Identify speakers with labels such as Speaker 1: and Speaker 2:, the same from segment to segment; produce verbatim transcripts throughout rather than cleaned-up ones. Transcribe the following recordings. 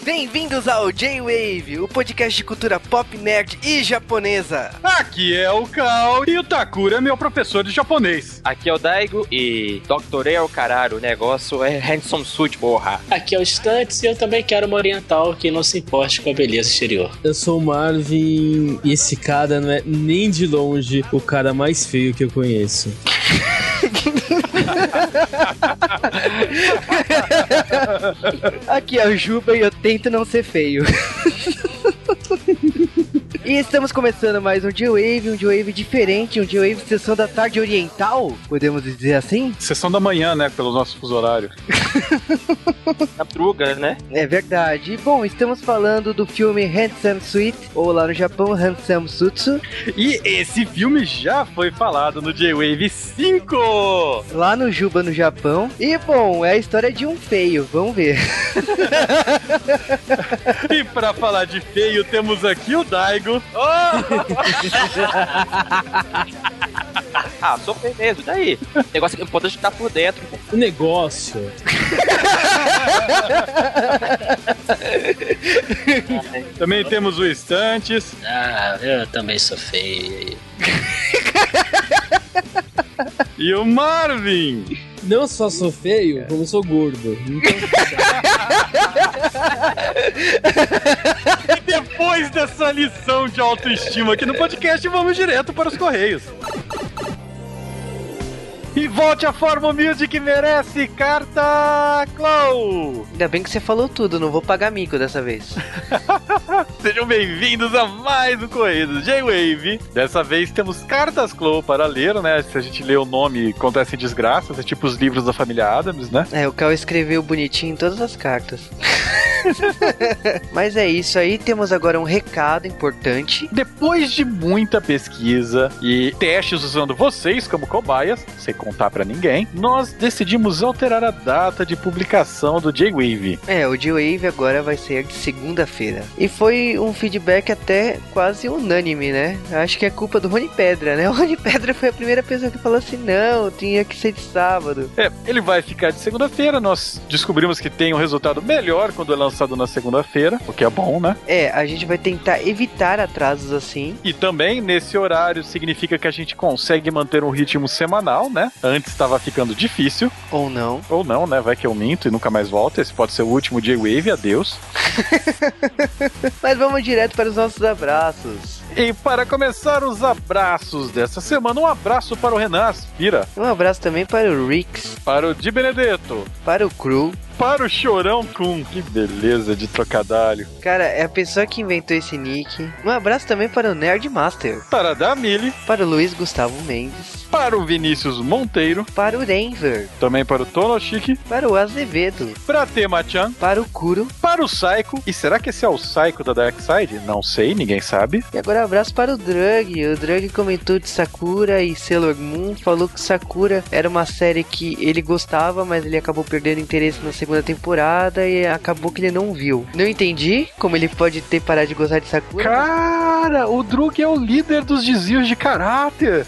Speaker 1: Bem-vindos ao J-Wave, o podcast de cultura pop, nerd e japonesa.
Speaker 2: Aqui é o Cal e o Takura é meu professor de japonês.
Speaker 3: Aqui é o Daigo e Doctorei ao caralho, o negócio é handsome suit, porra.
Speaker 4: Aqui é o Stunts e eu também quero uma oriental que não se importe com a beleza exterior.
Speaker 5: Eu sou o Marvin e esse cara não é nem de longe o cara mais feio que eu conheço.
Speaker 1: Aqui é o Juba e eu tento não ser feio. E estamos começando mais um J-Wave, um J-Wave diferente, um J-Wave sessão da tarde oriental, podemos dizer assim?
Speaker 2: Sessão da manhã, né, pelo nosso fuso horário.
Speaker 3: Madruga, né?
Speaker 1: É verdade. Bom, estamos falando do filme Handsome Suit, ou lá no Japão, Handsome Sutsu.
Speaker 2: E esse filme já foi falado no J-Wave cinco!
Speaker 1: Lá no Juba, no Japão. E, bom, é a história de um feio, vamos ver.
Speaker 2: E pra falar de feio, temos aqui o Daigo. Oh!
Speaker 3: Ah, sou feio mesmo, e daí? O negócio é importante estar por dentro.
Speaker 5: O negócio...
Speaker 2: Também temos o Estantes.
Speaker 4: Ah, eu também sou feio.
Speaker 2: E o Marvin.
Speaker 5: Não só sou feio, como sou gordo. Então...
Speaker 2: E depois dessa lição de autoestima aqui no podcast, vamos direto para os Correios. E volte a forma humilde que merece, Carta Clow!
Speaker 1: Ainda bem que você falou tudo, não vou pagar mico dessa vez.
Speaker 2: Sejam bem-vindos a mais um Correio J-Wave. Dessa vez temos Cartas Clow para ler, né? Se a gente lê o nome, acontecem desgraças, é tipo os livros da família Addams, né?
Speaker 1: É, o Cal escreveu bonitinho em todas as cartas. Mas é isso aí, temos agora um recado importante.
Speaker 2: Depois de muita pesquisa e testes usando vocês como cobaias, sem contar pra ninguém, nós decidimos alterar a data de publicação do J-Wave.
Speaker 1: É, o J-Wave agora vai ser de segunda-feira. E foi um feedback até quase unânime, né? Acho que é culpa do Rony Pedra, né? O Rony Pedra foi a primeira pessoa que falou assim, não, tinha que ser de sábado.
Speaker 2: É, ele vai ficar de segunda-feira, nós descobrimos que tem um resultado melhor quando é lançado na segunda-feira, o que é bom, né?
Speaker 1: É, a gente vai tentar evitar atrasos assim.
Speaker 2: E também, nesse horário, significa que a gente consegue manter um ritmo semanal, né? Antes estava ficando difícil.
Speaker 1: Ou não.
Speaker 2: Ou não, né? Vai que eu minto e nunca mais volto. Esse pode ser o último J-Wave, adeus.
Speaker 1: Mas vamos direto para os nossos abraços.
Speaker 2: E para começar os abraços dessa semana, um abraço para o Renan Aspira.
Speaker 1: Um abraço também para o Rix.
Speaker 2: Para o Di Benedetto.
Speaker 1: Para o Cru.
Speaker 2: Para o Chorão Kun. Que beleza de trocadilho.
Speaker 1: Cara, é a pessoa que inventou esse nick. Um abraço também para o Nerd Master.
Speaker 2: Para a Damile.
Speaker 1: Para o Luiz Gustavo Mendes.
Speaker 2: Para o Vinícius Monteiro.
Speaker 1: Para o Denver.
Speaker 2: Também para o Tonoshiki.
Speaker 1: Para o Azevedo.
Speaker 2: Para a Tema-chan.
Speaker 1: Para o Kuro.
Speaker 2: Para o Saiko. E será que esse é o Saiko da Dark Side? Não sei, ninguém sabe.
Speaker 1: E agora um abraço para o Drug. O Drug comentou de Sakura e Sailor Moon. Falou que Sakura era uma série que ele gostava, mas ele acabou perdendo interesse na segunda temporada e acabou que ele não viu. Não entendi como ele pode ter parado de gostar de Sakura.
Speaker 2: Cara, o Drug é o líder dos desvios de caráter.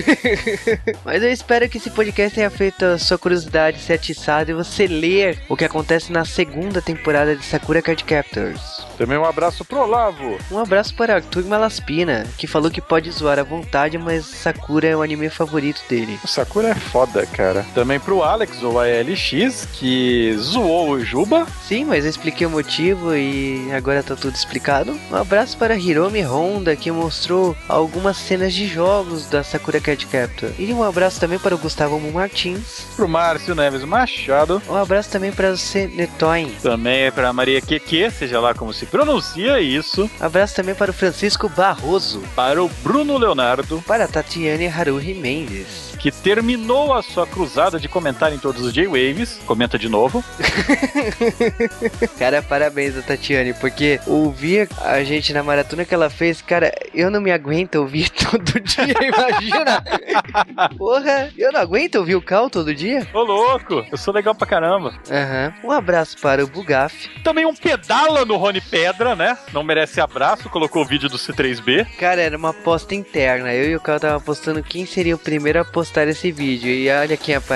Speaker 1: Mas eu espero que esse podcast tenha feito a sua curiosidade ser atiçada e você ler o que acontece na segunda temporada de Sakura Card Captors.
Speaker 2: Também um abraço pro Olavo.
Speaker 1: Um abraço para Arthur Malaspina, que falou que pode zoar à vontade, mas Sakura é o anime favorito dele.
Speaker 2: O Sakura é foda, cara. Também pro Alex, ou A L X, que zoou o Juba.
Speaker 1: Sim, mas eu expliquei o motivo e agora tá tudo explicado. Um abraço para Hiromi Honda, que mostrou algumas cenas de jogos da Sakura Card Captor. E um abraço também para o Gustavo Martins.
Speaker 2: Pro Márcio Neves Machado.
Speaker 1: Um abraço também para o Cenetoin.
Speaker 2: Também é pra Maria Keke, seja lá como se pronuncia isso.
Speaker 1: Abraço também para o Francisco Barroso.
Speaker 2: Para o Bruno Leonardo.
Speaker 1: Para a Tatiane Haruhi Mendes,
Speaker 2: que terminou a sua cruzada de comentar em todos os J-Waves. Comenta de novo.
Speaker 1: Cara, parabéns a Tatiane, porque ouvir a gente na maratona que ela fez, cara, eu não me aguento ouvir todo dia, imagina. Porra, eu não aguento ouvir o Cal todo dia.
Speaker 2: Ô louco, eu sou legal pra caramba.
Speaker 1: Aham. Uhum. Um abraço para o Bugaf.
Speaker 2: Também um pedala no Rony Pedra, né? Não merece abraço, colocou o vídeo do C três B.
Speaker 1: Cara, era uma aposta interna. Eu e o Cal tava postando quem seria o primeiro a postar esse vídeo. E olha quem aparece.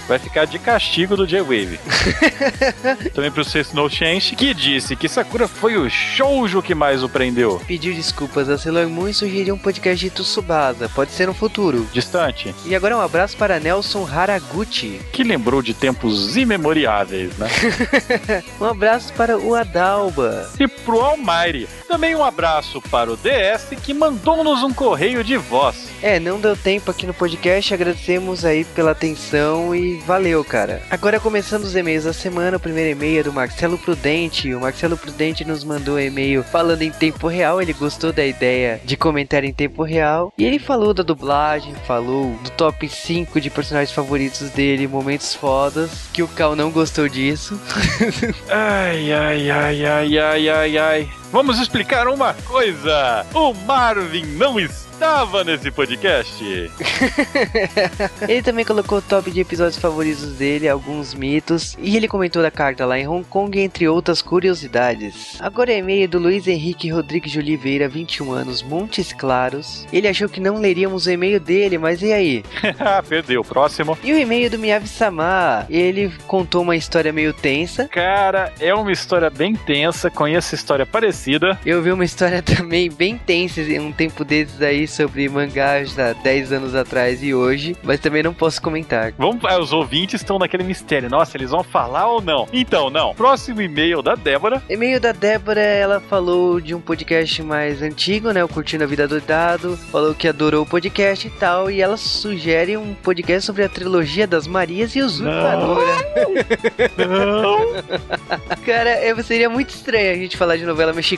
Speaker 2: vai ficar de castigo do J-Wave. Também pro Snow Shenshi, que disse que Sakura foi o shoujo que mais o prendeu.
Speaker 1: Pediu desculpas a Sailor Moon e sugeriu um podcast de Tsubasa. Pode ser no futuro.
Speaker 2: Distante.
Speaker 1: E agora um abraço para Nelson Haraguchi,
Speaker 2: que lembrou de tempos imemoriáveis, né?
Speaker 1: Um abraço para o Adalba.
Speaker 2: E pro Almighty. Também um abraço para o D S, que mandou-nos um correio de voz.
Speaker 1: É, não deu tempo aqui no podcast, agradecemos aí pela atenção e valeu, cara. Agora começando os e-mails da semana, o primeiro e-mail é do Marcelo Prudente. O Marcelo Prudente nos mandou um e-mail falando em tempo real, ele gostou da ideia de comentar em tempo real. E ele falou da dublagem, falou do top cinco de personagens favoritos dele, momentos fodas, que o Cal não gostou disso.
Speaker 2: Ai, ai, ai, ai, ai, ai, ai. Vamos explicar uma coisa. O Marvin não estava nesse podcast.
Speaker 1: Ele também colocou o top de episódios favoritos dele, alguns mitos, e ele comentou da carta lá em Hong Kong, entre outras curiosidades. Agora é e-mail do Luiz Henrique Rodrigues de Oliveira, vinte e um anos, Montes Claros. Ele achou que não leríamos o e-mail dele, mas e aí?
Speaker 2: Perdeu, próximo.
Speaker 1: E o e-mail do Miyavi-sama, ele contou uma história meio tensa.
Speaker 2: Cara, é uma história bem tensa, conheço história parecida.
Speaker 1: Eu vi uma história também bem tensa um tempo desses aí sobre mangás há dez anos atrás e hoje, mas também não posso comentar.
Speaker 2: Vamos, os ouvintes estão naquele mistério. Nossa, eles vão falar ou não? Então, não. Próximo e-mail da Débora.
Speaker 1: E-mail da Débora, ela falou de um podcast mais antigo, né? O Curtindo a Vida Doidado. Falou que adorou o podcast e tal. E ela sugere um podcast sobre a trilogia das Marias e Usurpadora.
Speaker 2: Não. Não.
Speaker 1: Cara, é, seria muito estranho a gente falar de novela mexicana.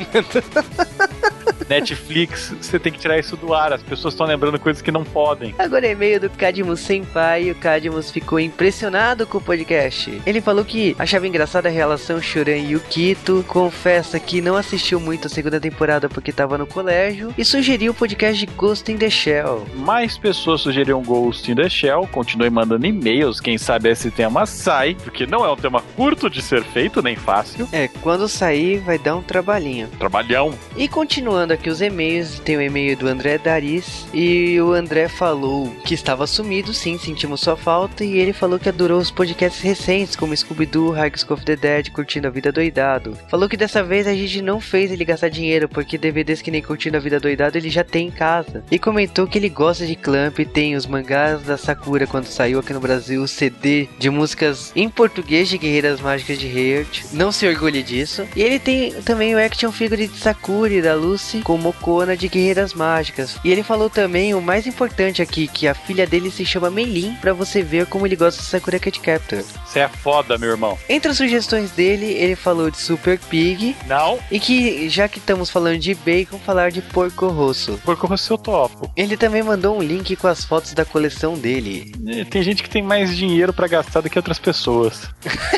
Speaker 2: Netflix, você tem que tirar isso do ar. As pessoas estão lembrando coisas que não podem.
Speaker 1: Agora é e-mail do Cadmus Senpai. O Cadmus ficou impressionado com o podcast. Ele falou que achava engraçada a relação Shuran e Yukito. Confessa que não assistiu muito a segunda temporada porque estava no colégio. E sugeriu o podcast de Ghost in the Shell.
Speaker 2: Mais pessoas sugeriram Ghost in the Shell. Continue mandando e-mails. Quem sabe esse tema sai, porque não é um tema curto de ser feito, nem fácil.
Speaker 1: É, quando sair vai dar um trabalhinho.
Speaker 2: Trabalhão.
Speaker 1: E continuando aqui os e-mails, tem o e-mail do André Daris, e o André falou que estava sumido, sim, sentimos sua falta, e ele falou que adorou os podcasts recentes, como Scooby-Doo, High of the Dead, Curtindo a Vida Doidado. Falou que dessa vez a gente não fez ele gastar dinheiro, porque D V Ds que nem Curtindo a Vida Doidado ele já tem em casa. E comentou que ele gosta de Clamp, tem os mangás da Sakura quando saiu aqui no Brasil, o C D de músicas em português de Guerreiras Mágicas de Heart, não se orgulhe disso. E ele tem também o action figure de Sakura e da Lucy com Mokona de Guerreiras Mágicas. E ele falou também o mais importante aqui, que a filha dele se chama Meilin, pra você ver como ele gosta de Sakura Card Captor.
Speaker 2: Você é foda, meu irmão.
Speaker 1: Entre as sugestões dele, ele falou de Super Pig.
Speaker 2: Não.
Speaker 1: E que, já que estamos falando de bacon, falar de Porco Rosso.
Speaker 2: Porco Rosso eu topo.
Speaker 1: Ele também mandou um link com as fotos da coleção dele.
Speaker 2: Tem gente que tem mais dinheiro pra gastar do que outras pessoas.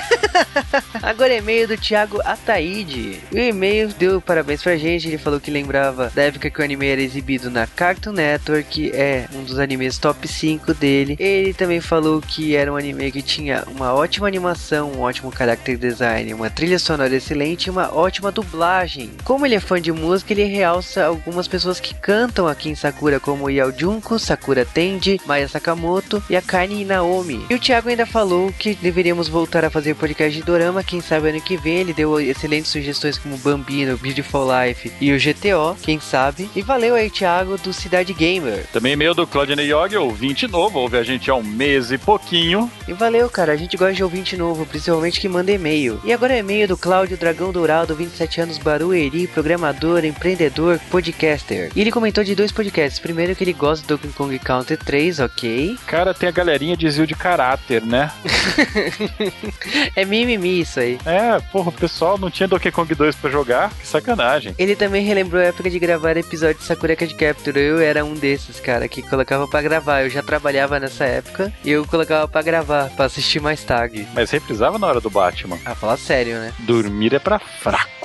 Speaker 1: Agora é e-mail do Thiago Ataíde. O e-mail deu parabéns pra gente. Ele falou que lembrava da época que o anime era exibido na Cartoon Network, que é um dos animes top cinco dele. Ele também falou que era um anime que tinha uma ótima animação, um ótimo character design, uma trilha sonora excelente e uma ótima dublagem. Como ele é fã de música, ele realça algumas pessoas que cantam aqui em Sakura, como Yao Junko, Sakura Tenji, Maya Sakamoto e a Kani Naomi. E o Thiago ainda falou que deveríamos voltar a fazer podcast de dorama, quem sabe ano que vem. Ele deu excelentes sugestões como Bambino, Beautiful Life e o G T O, quem sabe. E valeu aí, Thiago, do Cidade Gamer.
Speaker 2: Também e-mail do Claudine Yogi, ouvinte novo, ouve a gente há um mês e pouquinho.
Speaker 1: E valeu, cara, a gente gosta de ouvinte novo, principalmente que manda e-mail. E agora é e-mail do Cláudio Dragão Dourado, vinte e sete anos, Barueri, programador, empreendedor, podcaster. E ele comentou de dois podcasts. Primeiro que ele gosta do Donkey Kong Country três, ok.
Speaker 2: Cara, tem a galerinha de desvio de caráter, né?
Speaker 1: É mimimi isso aí.
Speaker 2: É, porra, o pessoal não tinha Donkey Kong dois pra jogar, que sacanagem.
Speaker 1: Ele também relembrou a época de gravar episódio de Sakura Card Captor. Eu era um desses, cara, que colocava pra gravar. Eu já trabalhava nessa época e eu colocava pra gravar, pra assistir mais tarde.
Speaker 2: Mas reprisava na hora do Batman.
Speaker 1: Ah, fala sério, né?
Speaker 2: Dormir é pra fraco.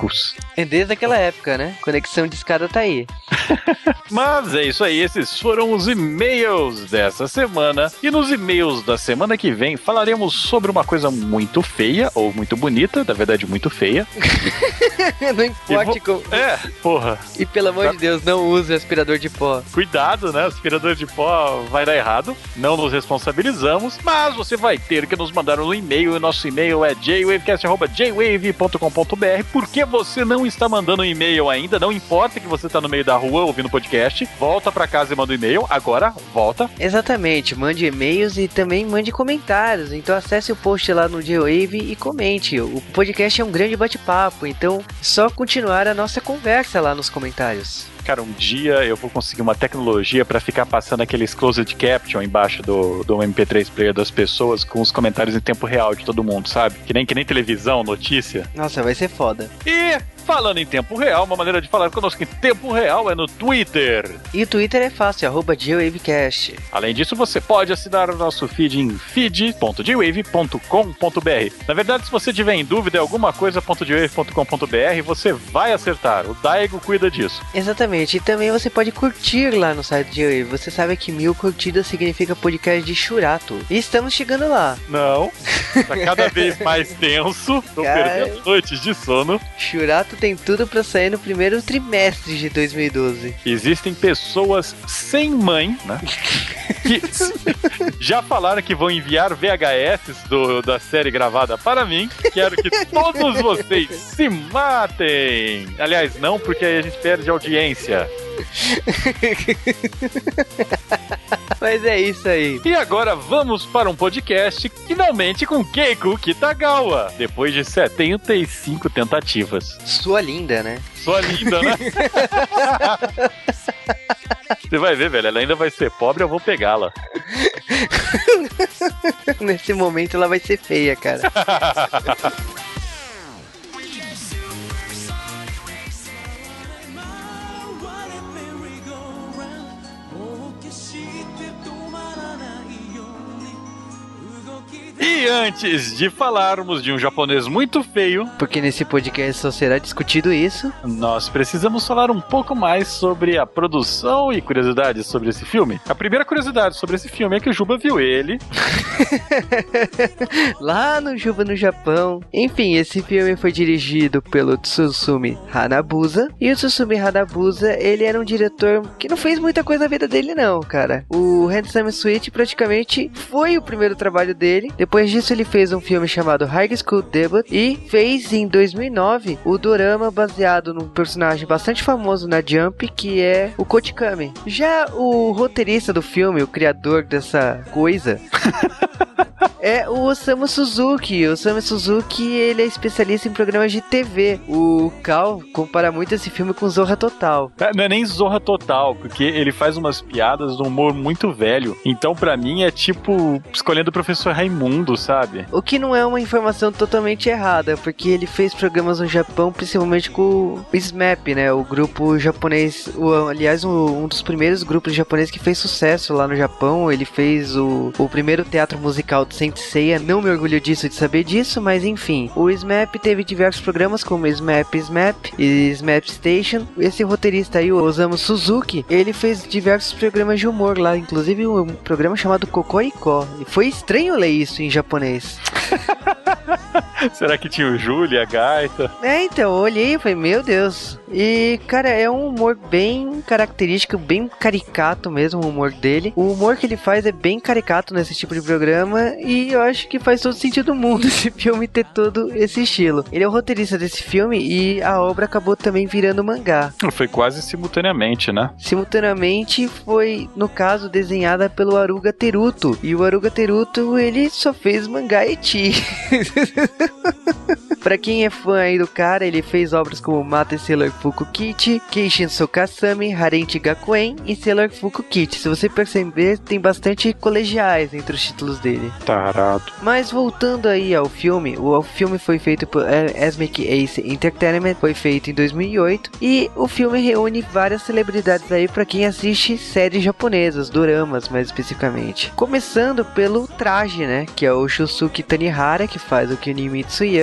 Speaker 2: ricos.
Speaker 1: É desde aquela época, né? Conexão de escada tá aí.
Speaker 2: Mas é isso aí, esses foram os e-mails dessa semana. E nos e-mails da semana que vem falaremos sobre uma coisa muito feia, ou muito bonita, na verdade muito feia.
Speaker 1: Não importa
Speaker 2: vou...
Speaker 1: como...
Speaker 2: É, porra.
Speaker 1: E pelo amor tá. de Deus, não use aspirador de pó.
Speaker 2: Cuidado, né? Aspirador de pó vai dar errado. Não nos responsabilizamos, mas você vai ter que nos mandar um e-mail. E nosso e-mail é j wavecast arroba j wave ponto com ponto b r. Por que você não está mandando um e-mail ainda? Não importa que você está no meio da rua ouvindo o podcast. Volta pra casa e manda um e-mail. Agora, volta.
Speaker 1: Exatamente. Mande e-mails e também mande comentários. Então acesse o post lá no J-Wave e comente. O podcast é um grande bate-papo. Então, só continuar a nossa conversa lá nos comentários.
Speaker 2: Cara, um dia eu vou conseguir uma tecnologia pra ficar passando aqueles closed caption embaixo do, do M P três player das pessoas com os comentários em tempo real de todo mundo, sabe? Que nem, que nem televisão, notícia.
Speaker 1: Nossa, vai ser foda.
Speaker 2: E... falando em tempo real, uma maneira de falar conosco em tempo real é no Twitter.
Speaker 1: E o Twitter é fácil, arroba J-Wavecast.
Speaker 2: Além disso, você pode assinar o nosso feed em feed ponto j wave ponto com ponto b r. Na verdade, se você tiver em dúvida em alguma coisa, j wave ponto com ponto b r, você vai acertar. O Daigo cuida disso.
Speaker 1: Exatamente. E também você pode curtir lá no site do J-Wave. Você sabe que mil curtidas significa podcast de Churato. E estamos chegando lá.
Speaker 2: Não. Tá cada vez mais tenso. Tô Cara... perdendo noites de sono.
Speaker 1: Churato tem tudo pra sair no primeiro trimestre de dois mil e doze.
Speaker 2: Existem pessoas sem mãe, né? Que já falaram que vão enviar V H S do, da série gravada para mim. Quero que todos vocês se matem. Aliás, não, porque aí a gente perde audiência.
Speaker 1: Mas é isso aí.
Speaker 2: E agora vamos para um podcast finalmente com Keiko Kitagawa, depois de setenta e cinco tentativas.
Speaker 1: Sua linda, né?
Speaker 2: Sua linda, né? Você vai ver, velho, ela ainda vai ser pobre, eu vou pegá-la.
Speaker 1: Nesse momento ela vai ser feia, cara.
Speaker 2: E antes de falarmos de um japonês muito feio,
Speaker 1: porque nesse podcast só será discutido isso,
Speaker 2: nós precisamos falar um pouco mais sobre a produção e curiosidades sobre esse filme. A primeira curiosidade sobre esse filme é que o Juba viu ele
Speaker 1: lá no Juba no Japão. Enfim, esse filme foi dirigido pelo Tsusumi Hanabusa. E o Tsusumi Hanabusa, ele era um diretor que não fez muita coisa na vida dele não, cara. O Handsome Sweet praticamente foi o primeiro trabalho dele. Depois disso ele fez um filme chamado High School Debut e fez em dois mil e nove o dorama baseado num personagem bastante famoso na Jump, que é o Kotikami. Já o roteirista do filme, o criador dessa coisa é o Osamu Suzuki. O Osamu Suzuki, ele é especialista em programas de T V. O Cal compara muito esse filme com Zorra Total.
Speaker 2: Não é nem Zorra Total, porque ele faz umas piadas de um humor muito velho. Então, pra mim, é tipo escolhendo o professor Raimundo, sabe?
Speaker 1: O que não é uma informação totalmente errada, porque ele fez programas no Japão, principalmente com o S M A P, né? O grupo japonês, o, aliás, um, um dos primeiros grupos japoneses que fez sucesso lá no Japão. Ele fez o, o primeiro teatro musical de Saint Seiya. Não me orgulho disso, de saber disso, mas enfim. O S M A P teve diversos programas como S M A P S M A P e S M A P Station. Esse roteirista aí, o Osamu Suzuki, ele fez diversos programas de humor lá, inclusive um programa chamado Kokoriko. E foi estranho ler isso em japonês.
Speaker 2: Será que tinha o Júlio, a gaita?
Speaker 1: É, então, eu olhei e falei, meu Deus. E, cara, é um humor bem característico, bem caricato mesmo, o humor dele. O humor que ele faz é bem caricato nesse tipo de programa e eu acho que faz todo sentido do mundo esse filme ter todo esse estilo. Ele é o roteirista desse filme e a obra acabou também virando mangá.
Speaker 2: Foi quase simultaneamente, né?
Speaker 1: Simultaneamente foi, no caso, desenhada pelo Aruga Teruto. E o Aruga Teruto, ele só fez mangá eti. Pra quem é fã aí do cara, ele fez obras como Mata Sailor Fuku Kichi, Keishin Sokasami, Harenti Gakuen e Sailor Fuku Kichi. Se você perceber, tem bastante colegiais entre os títulos dele.
Speaker 2: Tarado.
Speaker 1: Mas voltando aí ao filme, o filme foi feito por Asmik Ace Entertainment, foi feito em dois mil e oito e o filme reúne várias celebridades aí pra quem assiste séries japonesas, doramas mais especificamente. Começando pelo traje, né, que é o Shusuke Tanihara, que faz o Kyuni Mitsuyama, e o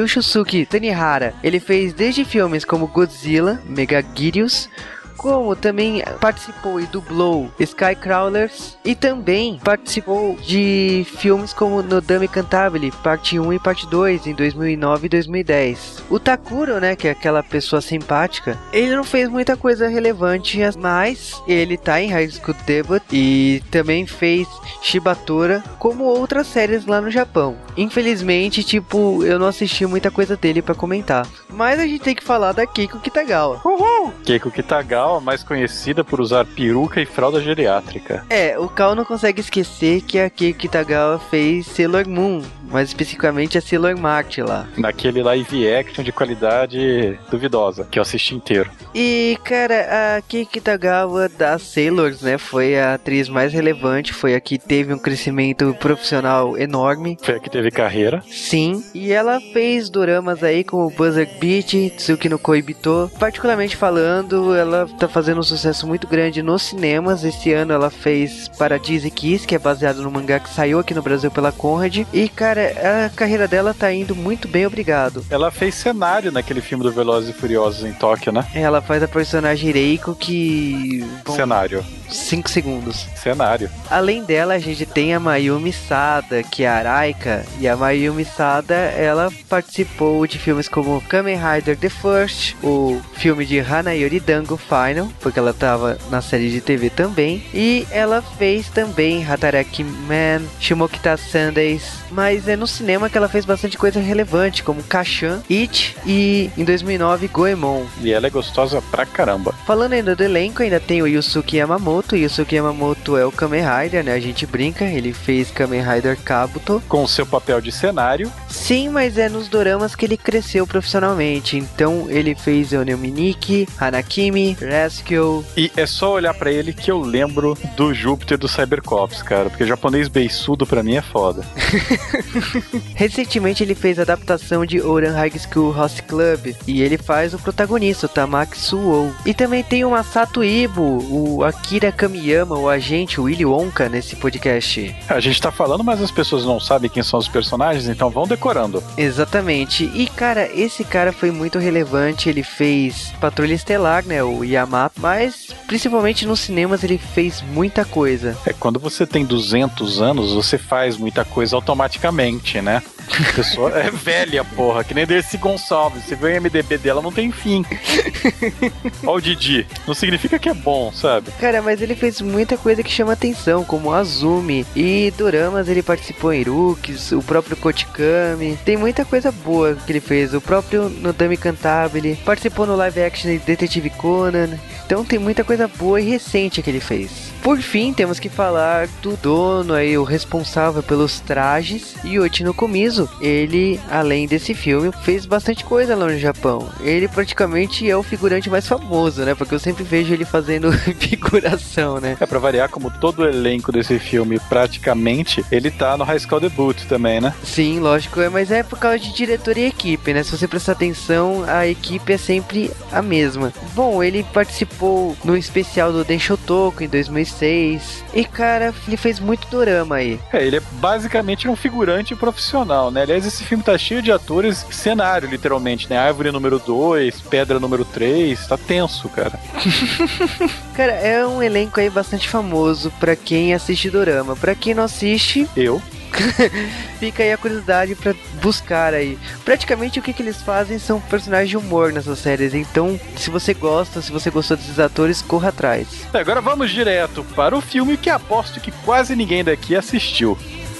Speaker 1: Shunsuke Tanihara, ele fez desde filmes como Godzilla, Megaguirus, como também participou e dublou Skycrawlers e também participou de filmes como Nodame Cantabile, parte um e parte dois, em dois mil e nove e dois mil e dez. O Takuro, né, que é aquela pessoa simpática, ele não fez muita coisa relevante, mas ele tá em High School Debut e também fez Shibatora, como outras séries lá no Japão. Infelizmente, tipo, eu não assisti muita coisa dele pra comentar. Mas a gente tem que falar da Keiko Kitagawa.
Speaker 2: Uhul! Keiko Kitagawa, mais conhecida por usar peruca e fralda geriátrica.
Speaker 1: É, o Cal não consegue esquecer que a Keiko Kitagawa fez Sailor Moon, mais especificamente a Sailor Mart lá.
Speaker 2: Naquele live action de qualidade duvidosa, que eu assisti inteiro.
Speaker 1: E, cara, a Keiko Kitagawa das Sailors, né, foi a atriz mais relevante, foi a que teve um crescimento profissional enorme.
Speaker 2: Foi a que teve carreira.
Speaker 1: Sim, e ela fez doramas aí como Buzzard Beach, Tsuki no Koibito. Particularmente falando, ela tá fazendo um sucesso muito grande nos cinemas. Esse ano ela fez Paradise Kiss, que é baseado no mangá que saiu aqui no Brasil pela Conrad. E, cara, a carreira dela tá indo muito bem, obrigado.
Speaker 2: Ela fez cenário naquele filme do Velozes e Furiosos em Tóquio, né?
Speaker 1: Ela faz a personagem Reiko, que... Bom,
Speaker 2: cenário.
Speaker 1: cinco segundos.
Speaker 2: Cenário.
Speaker 1: Além dela, a gente tem a Mayumi Sada, que é a Araika. E a Mayumi Sada, ela participou de filmes como Kamen Rider The First, o filme de Hanayori Dango Final, porque ela tava na série de T V também. E ela fez também Hataraki Man, Shimokita Sundays. Mas é no cinema que ela fez bastante coisa relevante, como Kashan, It e, em dois mil e nove, Goemon.
Speaker 2: E ela é gostosa pra caramba.
Speaker 1: Falando ainda do elenco, ainda tem o Yusuke Yamamoto. Yusuke Yamamoto é o Kamen Rider, né? A gente brinca, ele fez Kamen Rider Kabuto.
Speaker 2: Com o seu papel de cenário.
Speaker 1: Sim, mas é nos doramas que ele cresceu profissionalmente. Então ele fez Oneominiki, Hanakimi, Rescue.
Speaker 2: E é só olhar pra ele que eu lembro do Júpiter do Cybercops, cara. Porque japonês beiçudo pra mim é foda.
Speaker 1: Recentemente ele fez a adaptação de Ouran High School Host Club. E ele faz o protagonista, o Tamaki Suou. E também tem o Masato Ibo, o Akira Kamiyama, o agente Willy Wonka nesse podcast.
Speaker 2: A gente tá falando, mas as pessoas não sabem quem são os personagens, então vão decorando.
Speaker 1: Exatamente. E, cara, esse cara foi muito relevante. Ele fez Patrulha Estelar, né, o Yamato. Mas, principalmente nos cinemas, ele fez muita coisa.
Speaker 2: É, quando você tem duzentos anos, você faz muita coisa automaticamente, né? A pessoa é velha, porra, que nem Dercy Gonçalves. Você vê o I M D B dela, não tem fim. Ó o Didi. Não significa que é bom, sabe?
Speaker 1: Cara, mas ele fez muita coisa que chama atenção, como Azumi. E doramas ele participou em Rookies, o próprio Kotikami. Tem muita coisa boa que ele fez. O próprio Nodame Cantabile. Participou no live action de Detetive Conan. Então tem muita coisa boa e recente que ele fez. Por fim, temos que falar do dono aí, o responsável pelos trajes, Yoichi no Komizo. Ele, além desse filme, fez bastante coisa lá no Japão. Ele praticamente é o figurante mais famoso, né? Porque eu sempre vejo ele fazendo figuração, né?
Speaker 2: É, pra variar, como todo o elenco desse filme, praticamente, ele tá no High School Debut também, né?
Speaker 1: Sim, lógico, é, mas é por causa de diretor e equipe, né? Se você prestar atenção, a equipe é sempre a mesma. Bom, ele participou no especial do Denshotoku em dois mil e seis. E, cara, ele fez muito dorama aí.
Speaker 2: É, ele é basicamente um figurante profissional, né? Aliás, esse filme tá cheio de atores, cenário, literalmente, né? Árvore número dois, pedra número três, tá tenso, cara.
Speaker 1: Cara, é um elenco aí bastante famoso pra quem assiste dorama. Pra quem não assiste...
Speaker 2: Eu...
Speaker 1: Fica aí a curiosidade pra buscar aí. Praticamente o que, que eles fazem são personagens de humor nessas séries. Então, se você gosta, se você gostou desses atores, corra atrás.
Speaker 2: Agora vamos direto para o filme que aposto que quase ninguém daqui assistiu.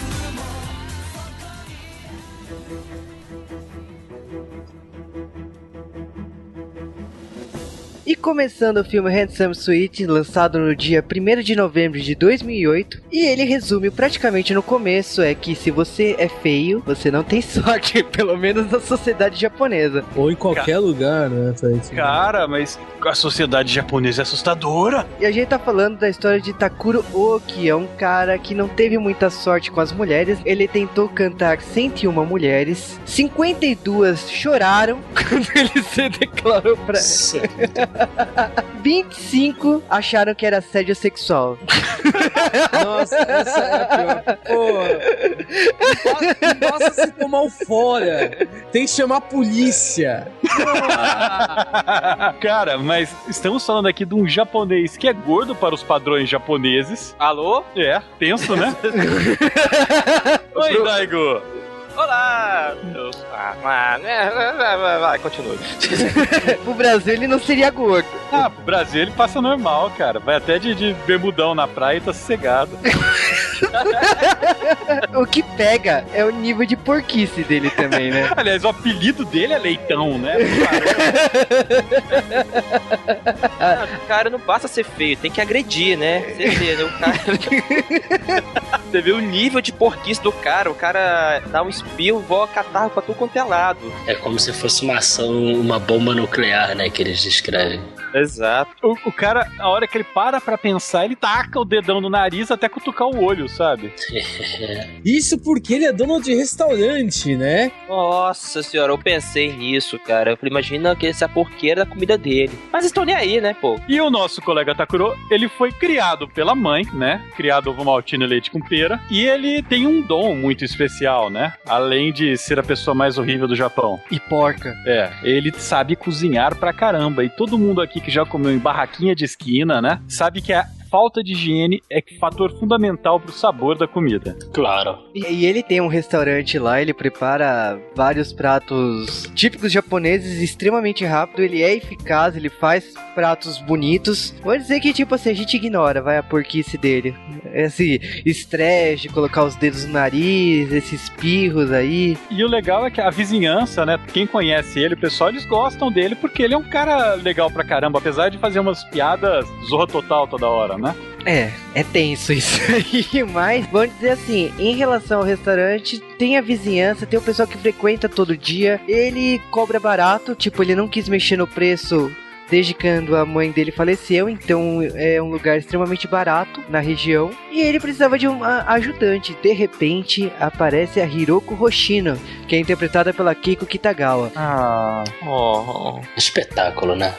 Speaker 1: E começando o filme Handsome Sweet, lançado no dia primeiro de novembro de dois mil e oito, e ele resume praticamente no começo, é que se você é feio, você não tem sorte, pelo menos na sociedade japonesa.
Speaker 5: Ou em qualquer Ca... lugar, né?
Speaker 2: Cara, mas a sociedade japonesa é assustadora.
Speaker 1: E a gente tá falando da história de Takuro Oki, é um cara que não teve muita sorte com as mulheres, ele tentou cantar cento e uma mulheres, cinquenta e duas choraram quando ele se declarou pra... vinte e cinco acharam que era assédio sexual.
Speaker 5: Nossa, essa é a pior. Porra. Não basta se tomar um fora. Tem que chamar a polícia.
Speaker 2: Cara, mas estamos falando aqui de um japonês que é gordo para os padrões japoneses.
Speaker 3: Alô?
Speaker 2: É, tenso, né? Oi, Daigo.
Speaker 3: Olá! Eu... Ah, mas... Vai, vai, continue.
Speaker 1: Pro Brasil ele não seria gordo.
Speaker 2: Ah, pro Brasil ele passa normal, cara. Vai até de, de bermudão na praia e tá sossegado.
Speaker 1: O que pega é o nível de porquice dele também, né?
Speaker 2: Aliás, o apelido dele é Leitão, né?
Speaker 3: Não, o cara não basta ser feio, tem que agredir, né? Você vê, né? O cara... Você vê o nível de porquice do cara. O cara dá um espirro, voa catarro pra tudo quanto é lado.
Speaker 4: É como se fosse uma ação, uma bomba nuclear, né? Que eles descrevem.
Speaker 3: Exato.
Speaker 2: O, o cara, a hora que ele para pra pensar, ele taca o dedão no nariz até cutucar o olho, sabe?
Speaker 5: Isso porque ele é dono de restaurante, né?
Speaker 3: Nossa senhora, eu pensei nisso, cara. Eu falei, imagina que essa porqueira da comida dele. Mas estão nem aí, né, pô?
Speaker 2: E o nosso colega Takuro, ele foi criado pela mãe, né? Criado ovo maltine e leite com pera. E ele tem um dom muito especial, né? Além de ser a pessoa mais horrível do Japão.
Speaker 1: E porca.
Speaker 2: É, ele sabe cozinhar pra caramba. E todo mundo aqui que já comeu em barraquinha de esquina, né? Sabe que a falta de higiene é fator fundamental pro sabor da comida.
Speaker 4: Claro.
Speaker 1: E, e ele tem um restaurante lá, ele prepara vários pratos típicos japoneses extremamente rápido, ele é eficaz, ele faz pratos bonitos. Vou dizer que, tipo assim, a gente ignora, vai, a porquice dele. Esse estresse de colocar os dedos no nariz, esses espirros aí.
Speaker 2: E o legal é que a vizinhança, né, quem conhece ele, o pessoal, eles gostam dele porque ele é um cara legal pra caramba, apesar de fazer umas piadas zorra total toda hora, né?
Speaker 1: É, é tenso isso aí, mas vamos dizer assim, em relação ao restaurante, tem a vizinhança, tem o pessoal que frequenta todo dia, ele cobra barato, tipo, ele não quis mexer no preço desde quando a mãe dele faleceu, então é um lugar extremamente barato na região, e ele precisava de um ajudante. De repente, aparece a Hiroko Hoshino, que é interpretada pela Keiko Kitagawa.
Speaker 2: Ah,
Speaker 3: Oh.
Speaker 4: Espetáculo, né?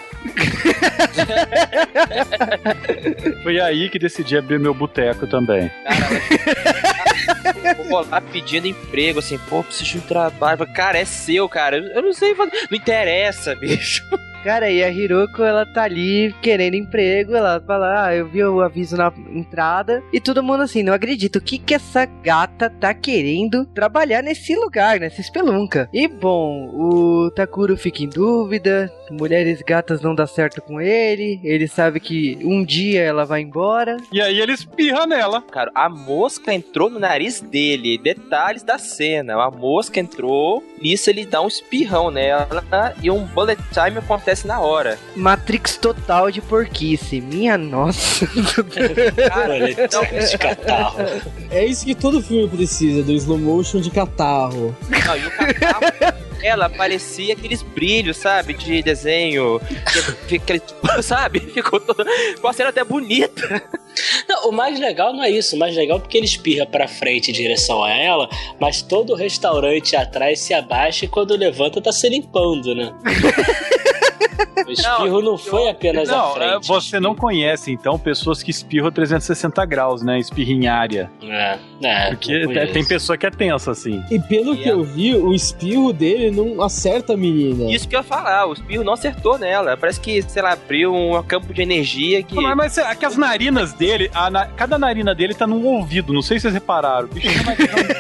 Speaker 2: foi aí que decidi abrir meu boteco também.
Speaker 3: Cara, eu vou lá pedindo emprego, assim, pô, preciso de um trabalho. Cara, é seu, cara. Eu não sei fazer. Não interessa, bicho.
Speaker 1: Cara, e a Hiroko, ela tá ali querendo emprego, ela fala, ah, eu vi o aviso na entrada, e todo mundo assim, não acredita, o que que essa gata tá querendo trabalhar nesse lugar, nessa espelunca? E bom, o Takuro fica em dúvida, mulheres gatas não dá certo com ele, ele sabe que um dia ela vai embora.
Speaker 2: E aí ele espirra nela.
Speaker 3: Cara, a mosca entrou no nariz dele. Detalhes da cena. A mosca entrou, nisso ele dá um espirrão nela e um bullet time acontece na hora.
Speaker 1: Matrix total de porquice, minha nossa.
Speaker 3: Cara,
Speaker 4: Então, de catarro.
Speaker 5: É isso que todo filme precisa, do slow motion de catarro.
Speaker 3: não, e o catarro, ela parecia aqueles brilhos, sabe, de desenho, que, que, sabe, ficou todo, ficou a cena até bonita.
Speaker 4: Não, o mais legal não é isso. O mais legal é porque ele espirra pra frente em direção a ela, mas todo o restaurante atrás se abaixa e quando levanta tá se limpando, né? O espirro não, não foi apenas
Speaker 2: não,
Speaker 4: à frente.
Speaker 2: Você não conhece, então, pessoas que espirram trezentos e sessenta graus, né? Espirra em área.
Speaker 4: É, é.
Speaker 2: Porque tem pessoa que é tensa, assim.
Speaker 5: E pelo que eu vi, o espirro dele não acerta a menina.
Speaker 3: Isso que eu ia falar, o espirro não acertou nela. Parece que, sei lá, abriu um campo de energia que...
Speaker 2: Mas, mas é que as narinas dele, a na, cada narina dele tá num ouvido, não sei se vocês repararam. O bicho vai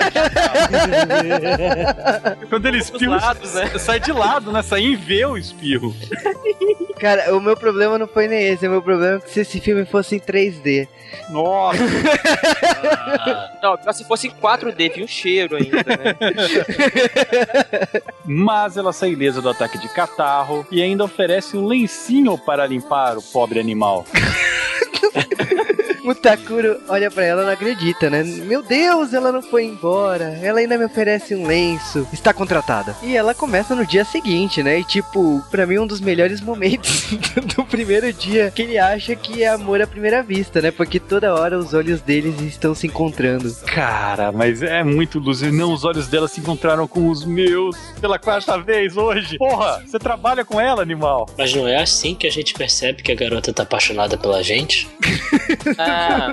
Speaker 2: quando ele espirra,
Speaker 3: lados, né?
Speaker 2: sai de lado, né? Sai em V o espirro.
Speaker 1: Cara, o meu problema não foi nem esse, o meu problema é que se esse filme fosse em três D.
Speaker 2: Nossa!
Speaker 3: Ah. Não, pior se fosse em quatro D, vinha um cheiro ainda, né?
Speaker 2: Mas ela sai ilesa do ataque de catarro e ainda oferece um lencinho para limpar o pobre animal.
Speaker 1: O Takuro olha pra ela e não acredita, né? Meu Deus, ela não foi embora. Ela ainda me oferece um lenço. Está contratada. E ela começa no dia seguinte, né? E tipo, pra mim um dos melhores momentos do primeiro dia, que ele acha que é amor à primeira vista, né? Porque toda hora os olhos deles estão se encontrando.
Speaker 2: Cara, mas é muito lúcido. Não, os olhos dela se encontraram com os meus pela quarta vez hoje. Porra, você trabalha com ela, animal.
Speaker 4: Mas não é assim que a gente percebe que a garota tá apaixonada pela gente?
Speaker 3: Ah,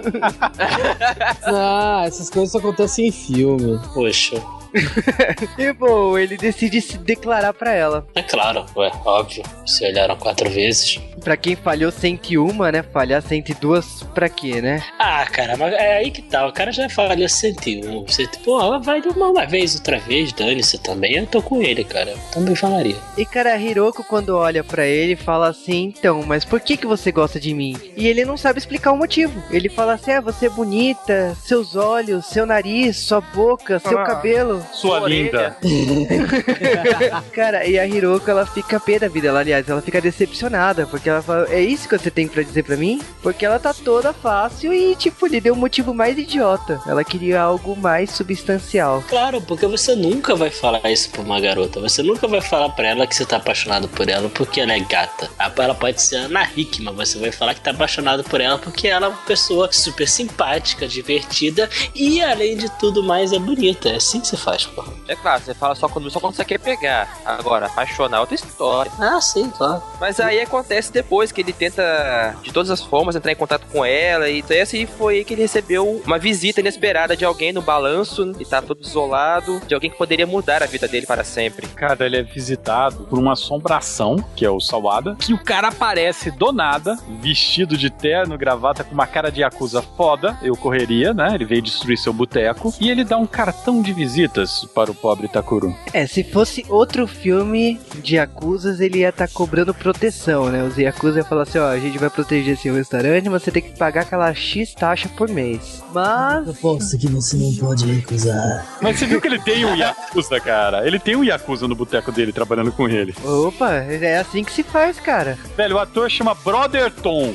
Speaker 5: Ah, essas coisas só acontecem em filme.
Speaker 4: Poxa,
Speaker 1: E bom, ele decide se declarar pra ela.
Speaker 4: é claro, ué, óbvio. Se olharam quatro vezes.
Speaker 1: Pra quem falhou cento e um, né? Falhar cento e dois pra quê, né?
Speaker 4: Ah, cara, mas é aí que tá. O cara já falhou cento e um. Você, pô, ela vai uma, uma vez, outra vez, dane-se também. Eu tô com ele, cara. Eu também falaria.
Speaker 1: E cara, a Hiroko, quando olha pra ele, fala assim: então, mas por que que você gosta de mim? E ele não sabe explicar o motivo. Ele fala assim: ah, você é bonita, seus olhos, seu nariz, sua boca, seu
Speaker 2: Ah.
Speaker 1: cabelo.
Speaker 2: Sua
Speaker 3: orelha.
Speaker 2: linda.
Speaker 1: Cara, e a Hiroko, ela fica pé da vida, ela, aliás, ela fica decepcionada, porque ela fala: é isso que você tem pra dizer pra mim? Porque ela tá toda fácil e, tipo, lhe deu o motivo mais idiota. Ela queria algo mais substancial.
Speaker 4: Claro, porque você nunca vai falar isso pra uma garota. Você nunca vai falar pra ela que você tá apaixonado por ela porque ela é gata. Ela pode ser Ana Hickman, você vai falar que tá apaixonado por ela porque ela é uma pessoa super simpática, divertida e, além de tudo mais, é bonita. É assim que você faz, porra.
Speaker 3: é claro, você fala só quando, só quando você quer pegar. Agora, apaixonar é outra história.
Speaker 4: Ah, sim, claro.
Speaker 3: Mas aí acontece depois que ele tenta, de todas as formas, entrar em contato com ela. E esse foi aí que ele recebeu uma visita inesperada de alguém no balanço. E tá todo isolado. De alguém que poderia mudar a vida dele para sempre.
Speaker 2: Cara, ele é visitado por uma assombração, que é o Sawada, que o cara aparece do nada, vestido de terno, gravata, com uma cara de Yakuza foda. Eu correria, né? Ele veio destruir seu boteco. E ele dá um cartão de visitas para o pobre Takuro.
Speaker 1: É, se fosse outro filme de Yakuzas, ele ia estar cobrando proteção, né? Os Yakuza iam falar assim: ó, a gente vai proteger esse restaurante, mas você tem que pagar aquela X taxa por mês. Mas...
Speaker 6: Aposto que você não pode recusar.
Speaker 2: Mas você viu que ele tem um Yakuza, cara? Ele tem um Yakuza no boteco dele, trabalhando com ele.
Speaker 1: Opa, é assim que se faz, cara.
Speaker 2: Velho, o ator chama Brother Tom.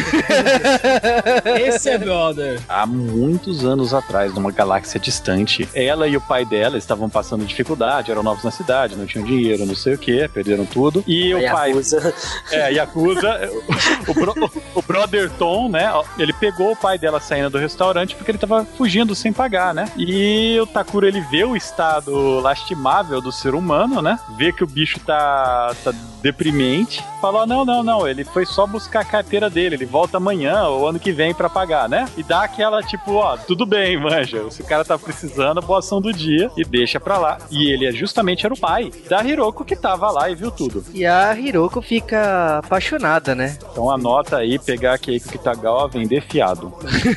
Speaker 5: Esse é brother.
Speaker 2: Há muitos anos atrás, numa galáxia distante, ela e o pai dela estavam passando dificuldade, eram novos na cidade, não tinham dinheiro, não sei o que, perderam tudo. E o pai...
Speaker 4: Yakuza.
Speaker 2: É, Yakuza, o, bro, o Brother Tom, né, ele pegou o pai dela saindo do restaurante porque ele tava fugindo sem pagar, né? E o Takuro, ele vê o estado lastimável do ser humano, né? Vê que o bicho tá, tá deprimente. Falou, não, não, não, ele foi só buscar a carteira dele, ele volta amanhã ou ano que vem pra pagar, né? E dá aquela, tipo, ó, tudo bem, manja, se o cara tá precisando, boa ação do dia, e deixa pra lá. E ele justamente era o pai da Hiroko que tava lá e viu tudo.
Speaker 1: E a Hiroko fica apaixonada, né?
Speaker 2: Então anota aí, pegar a Keiko Kitagawa, vender fiado.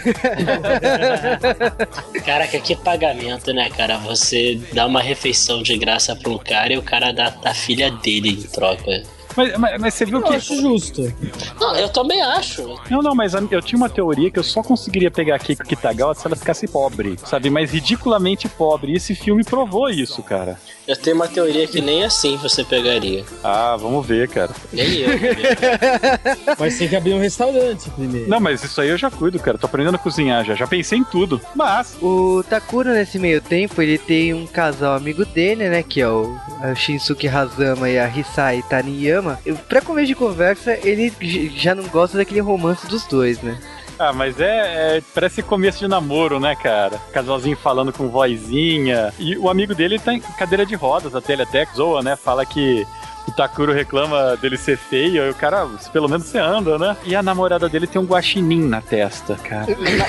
Speaker 4: Caraca, que pagamento, né, cara? Você dá uma refeição de graça pra um cara e o cara dá a filha dele em troca.
Speaker 2: Mas, mas, mas você viu
Speaker 5: Eu
Speaker 2: que...
Speaker 5: acho justo.
Speaker 4: Não, eu também acho.
Speaker 2: Não, não, mas eu tinha uma teoria que eu só conseguiria pegar a Keiko Kitagawa se ela ficasse pobre, sabe? Mas ridiculamente pobre. E esse filme provou isso, cara.
Speaker 4: Eu tenho uma teoria que nem assim você pegaria.
Speaker 2: Ah, vamos ver, cara.
Speaker 4: Nem eu.
Speaker 5: Mas tem que abrir um restaurante primeiro.
Speaker 2: Não, mas isso aí eu já cuido, cara. Tô aprendendo a cozinhar já. Já pensei em tudo. Mas...
Speaker 1: O Takuro, nesse meio tempo, ele tem um casal amigo dele, né? Que é o a Shinsuke Hazama e a Hisai Taniyama. Eu, pra começo de conversa, ele j- já não gosta daquele romance dos dois, né?
Speaker 2: Ah, mas é, é... Parece começo de namoro, né, cara? Casalzinho falando com vozinha. E o amigo dele tá em cadeira de rodas, até ele até zoa, né? Fala que o Takuro reclama dele ser feio, e o cara, pelo menos você anda, né? E a namorada dele tem um guaxinim na testa, cara.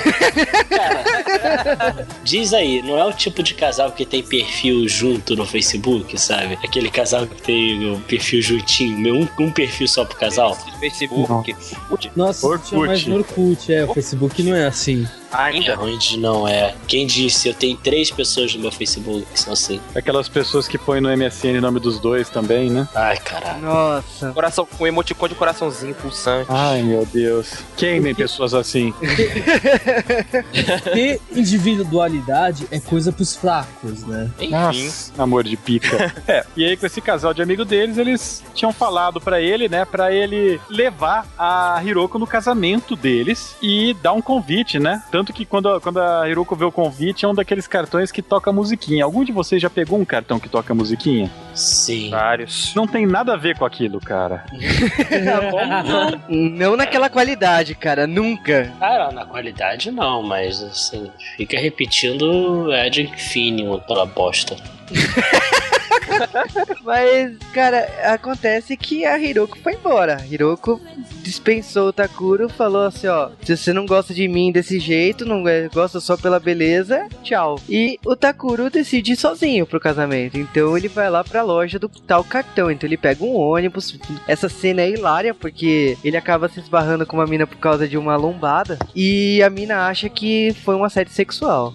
Speaker 4: Cara, diz aí, não é o tipo de casal que tem perfil junto no Facebook, sabe? Aquele casal que tem o perfil juntinho, um, um perfil só pro casal.
Speaker 3: Facebook.
Speaker 5: Nossa,
Speaker 2: Orkut.
Speaker 5: tinha mais no Orkut, é. O Facebook não é assim.
Speaker 3: Ainda?
Speaker 4: É ruim de não é. Quem disse? Eu tenho três pessoas no meu Facebook que são assim.
Speaker 2: Aquelas pessoas que põem no M S N o nome dos dois também, né?
Speaker 4: Ai, caralho.
Speaker 1: Nossa.
Speaker 3: Coração com emoticon de coraçãozinho pulsante.
Speaker 2: Ai, meu Deus. Queimem pessoas assim.
Speaker 5: Ter individualidade é coisa pros fracos, né?
Speaker 3: Enfim.
Speaker 2: Nossa, amor de pica. É, e aí com esse casal de amigo deles, eles tinham falado pra ele, né, pra ele levar a Hiroko no casamento deles e dar um convite, né? Tanto que quando, quando a Hiroko vê o convite, é um daqueles cartões que toca musiquinha. Algum de vocês já pegou um cartão que toca musiquinha?
Speaker 4: Sim.
Speaker 3: Vários.
Speaker 2: Não tem nada a ver com aquilo, cara.
Speaker 1: Não naquela qualidade, cara, nunca.
Speaker 4: Ah, na qualidade não, mas assim, fica repetindo Ed Infinium pela bosta.
Speaker 1: Mas, cara, acontece que a Hiroko foi embora. A Hiroko dispensou o Takuro, falou assim, ó, se você não gosta de mim desse jeito, não gosta só pela beleza, tchau. E o Takuro decide ir sozinho pro casamento, então ele vai lá pra loja do tal cartão, então ele pega um ônibus. Essa cena é hilária, porque ele acaba se esbarrando com uma mina por causa de uma lombada, e a mina acha que foi um assédio sexual.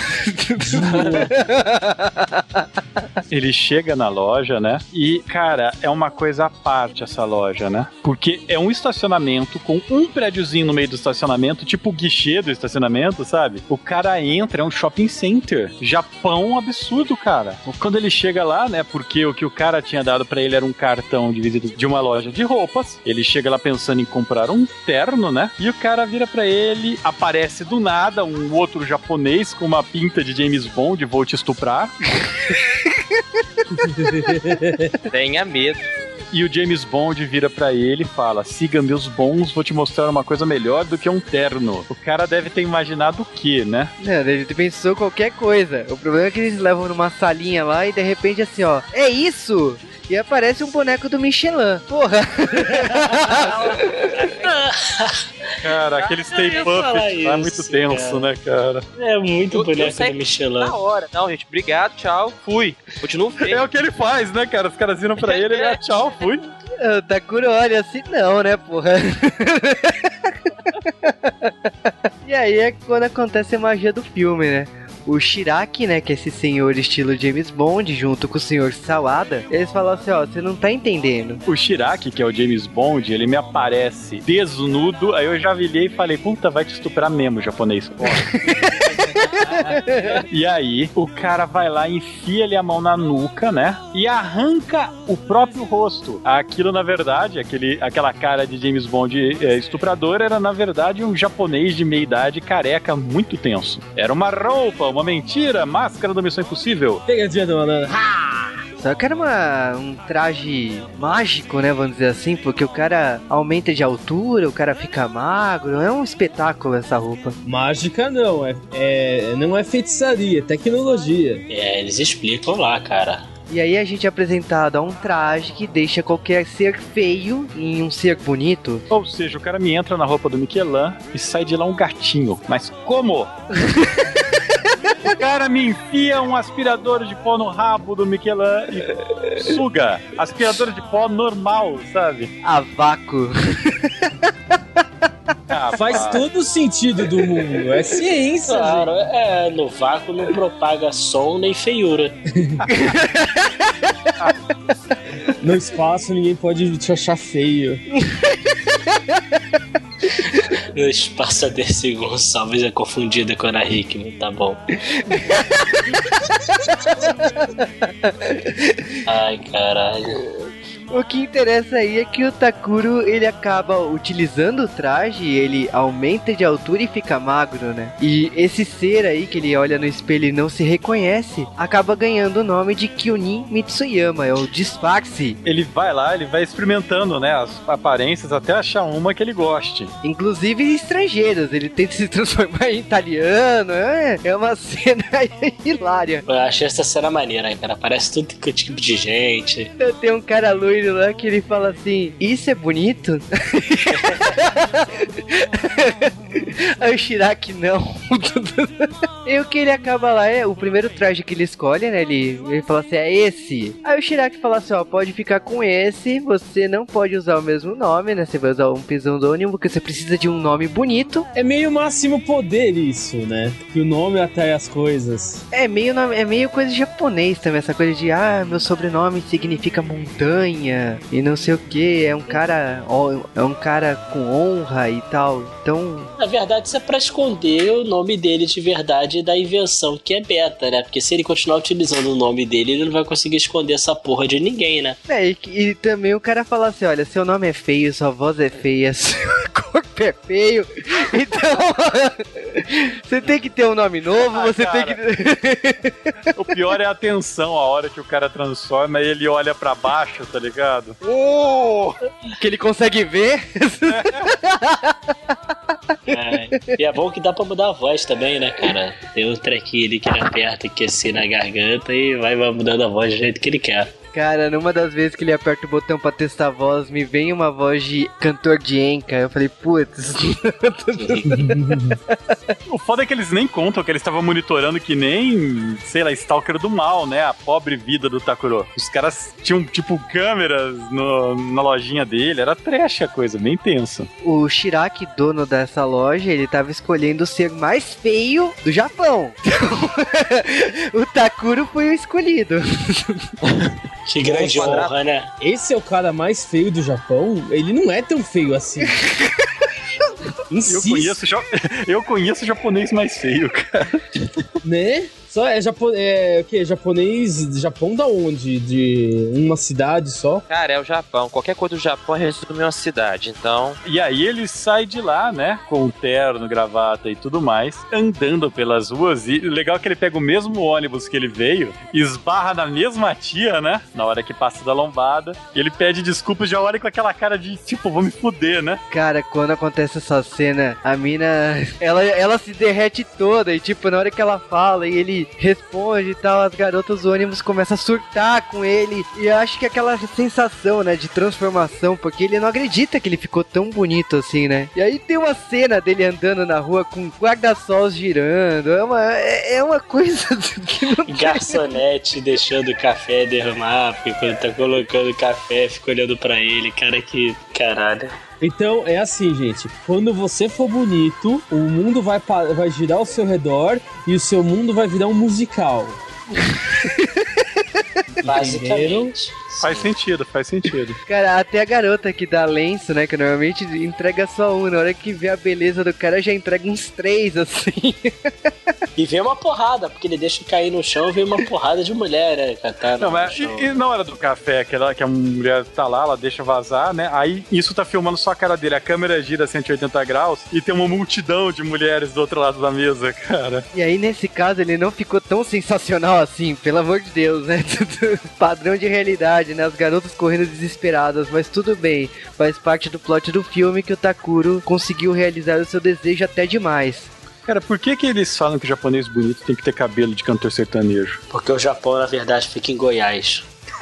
Speaker 2: Ele chega na loja, né? E, cara, é uma coisa à parte essa loja, né? Porque é um estacionamento com um prédiozinho no meio do estacionamento, tipo o guichê do estacionamento, sabe? O cara entra, é um shopping center. Japão absurdo, cara. Quando ele chega lá, né? Porque o que o cara tinha dado pra ele era um cartão de visita de uma loja de roupas. Ele chega lá pensando em comprar um terno, né? E o cara vira pra ele, aparece do nada um outro japonês com uma pinta de James Bond, vou te estuprar.
Speaker 3: Tenha medo.
Speaker 2: E o James Bond vira pra ele e fala: siga meus bons, vou te mostrar uma coisa melhor do que um terno. O cara deve ter imaginado o quê, né?
Speaker 1: Não, ele pensou qualquer coisa. O problema é que eles levam numa salinha lá e de repente assim, ó, é isso? E aparece um boneco do Michelin. Porra!
Speaker 2: Cara, aquele Stay Puft tá muito tenso, cara, né, cara?
Speaker 4: É muito
Speaker 3: Eu- eu
Speaker 4: boneco
Speaker 3: saí
Speaker 4: do Michelin.
Speaker 3: Na hora. Não, gente, obrigado, tchau, fui. Continuo feio.
Speaker 2: É o que ele faz, né, cara? Os caras viram pra ele, ele, ah, tchau, fui.
Speaker 1: O Takuro olha assim, não, né, porra? E aí é quando acontece a magia do filme, né? O Shiraki, né, que é esse senhor estilo James Bond, junto com o senhor Sawada, eles falam assim, ó, você não tá entendendo.
Speaker 2: O Shiraki, que é o James Bond, ele me aparece desnudo, aí eu já virei e falei, puta, vai te estuprar mesmo, japonês. E aí, o cara vai lá, enfia-lhe a mão na nuca, né, e arranca o próprio rosto. Aquilo, na verdade, aquele, aquela cara de James Bond é, estuprador, era, na verdade, um japonês de meia-idade careca muito tenso. Era uma roupa, uma mentira, máscara da Missão Impossível.
Speaker 5: Pegadinha do malandro.
Speaker 1: Só que era uma, um traje mágico, né, vamos dizer assim, porque o cara aumenta de altura, o cara fica magro, é um espetáculo essa roupa.
Speaker 5: Mágica não, é, é, não é feitiçaria, é tecnologia.
Speaker 4: É, eles explicam lá, cara.
Speaker 1: E aí a gente é apresentado a um traje que deixa qualquer ser feio em um ser bonito.
Speaker 2: Ou seja, o cara me entra na roupa do Michelin e sai de lá um gatinho. Mas como? O cara me enfia um aspirador de pó no rabo do Michelin e suga. Aspirador de pó normal, sabe?
Speaker 1: A vácuo.
Speaker 2: Ah,
Speaker 5: Faz
Speaker 2: pá.
Speaker 5: todo o sentido do mundo, é ciência,
Speaker 4: Claro,
Speaker 5: gente.
Speaker 4: é, no vácuo não propaga som nem feiura.
Speaker 5: No espaço ninguém pode te achar feio.
Speaker 4: No espaço a Dercy Gonçalves é confundida com a Ana Hickman, tá bom. Ai, caralho.
Speaker 1: O que interessa aí é que o Takuro, ele acaba utilizando o traje, ele aumenta de altura e fica magro, né? E esse ser aí, que ele olha no espelho e não se reconhece, acaba ganhando o nome de Kyunin Mitsuyama, é o disfarce.
Speaker 2: Ele vai lá, ele vai experimentando, né, as aparências até achar uma que ele goste.
Speaker 1: Inclusive estrangeiros, ele tenta se transformar em italiano, é, é uma cena hilária.
Speaker 4: Eu achei essa cena maneira, cara. Parece tudo que tipo de gente.
Speaker 1: Tem um cara loiro lá que ele fala assim, isso é bonito? Aí o Shirak não. E o que ele acaba lá é o primeiro traje que ele escolhe, né? Ele, ele fala assim, é esse. Aí o Shirak fala assim, ó, pode ficar com esse, você não pode usar o mesmo nome, né? Você vai usar um pseudônimo, porque você precisa de um nome bonito.
Speaker 5: É meio máximo poder isso, né? Que o nome atrai as coisas.
Speaker 1: É meio, é meio coisa de japonês também, essa coisa de, ah, meu sobrenome significa montanha e não sei o que, é um cara, ó, é um cara com honra e tal, então...
Speaker 4: Na verdade, isso é pra esconder o nome dele de verdade da invenção, que é Beta, né? Porque se ele continuar utilizando o nome dele, ele não vai conseguir esconder essa porra de ninguém, né?
Speaker 1: É, e, e também o cara fala assim, olha, seu nome é feio, sua voz é feia, seu corpo é feio, então você tem que ter um nome novo,
Speaker 2: ah,
Speaker 1: você
Speaker 2: cara.
Speaker 1: tem que...
Speaker 2: O pior é a tensão, a hora que o cara transforma e ele olha pra baixo, tá ligado?
Speaker 1: Oh! Que ele consegue ver.
Speaker 4: É, e é bom que dá pra mudar a voz também, né, cara? Tem um trequinho ali que ele aperta aqui assim na garganta e vai mudando a voz do jeito que ele quer.
Speaker 1: Cara, numa das vezes que ele aperta o botão pra testar a voz, me vem uma voz de cantor de enca. Eu falei, putz.
Speaker 2: O foda é que eles nem contam que eles estavam monitorando que nem, sei lá, Stalker do Mal, né? A pobre vida do Takuro. Os caras tinham, tipo, câmeras no, na lojinha dele. Era trash a coisa, bem tenso.
Speaker 1: O Shirak, dono dessa loja, ele tava escolhendo o ser mais feio do Japão. O Takuro foi o escolhido.
Speaker 4: Que grande honra, né?
Speaker 5: Esse é o cara mais feio do Japão? Ele não é tão feio assim.
Speaker 2: Eu conheço, eu conheço japonês mais feio, cara.
Speaker 5: Né? Só é, japo, é o que? Japonês. Japão da onde? De uma cidade só?
Speaker 3: Cara, é o Japão. Qualquer coisa do Japão resume uma cidade, então.
Speaker 2: E aí ele sai de lá, né? Com terno, gravata e tudo mais, andando pelas ruas. E legal que ele pega o mesmo ônibus que ele veio, esbarra na mesma tia, né? Na hora que passa da lombada. E ele pede desculpas, já olha com aquela cara de tipo, vou me fuder, né?
Speaker 1: Cara, quando acontece essa cena, a mina, ela, ela se derrete toda. E tipo, na hora que ela fala e ele responde e tal, as garotas do ônibus começam a surtar com ele. E eu acho que aquela sensação, né, de transformação, porque ele não acredita que ele ficou tão bonito assim, né? E aí tem uma cena dele andando na rua com guarda-sols girando. É uma, é, é uma coisa que não tem...
Speaker 4: Garçonete deixando o café derramar, porque quando tá colocando café, fica olhando pra ele. Cara, que caralho.
Speaker 5: Então é assim, gente, quando você for bonito, o mundo vai, vai girar ao seu redor e o seu mundo vai virar um musical.
Speaker 4: Basicamente.
Speaker 2: Faz sentido, faz sentido.
Speaker 1: Cara, até a garota que dá lenço, né, que normalmente entrega só um, na hora que vê a beleza do cara já entrega uns três, assim.
Speaker 4: E vem uma porrada, porque ele deixa cair no chão e vem uma porrada de mulher, né, catar
Speaker 2: Não, mas e, e na hora do café, que, ela, que a mulher tá lá, ela deixa vazar, né, aí isso tá filmando só a cara dele, a câmera gira cento e oitenta graus e tem uma multidão de mulheres do outro lado da mesa, cara.
Speaker 1: E aí, nesse caso, ele não ficou tão sensacional assim, pelo amor de Deus, né, padrão de realidade, né, as garotas correndo desesperadas, mas tudo bem, faz parte do plot do filme que o Takuro conseguiu realizar o seu desejo até demais.
Speaker 2: Cara, por que que eles falam que o japonês bonito tem que ter cabelo de cantor sertanejo?
Speaker 4: Porque o Japão, na verdade, fica em Goiás.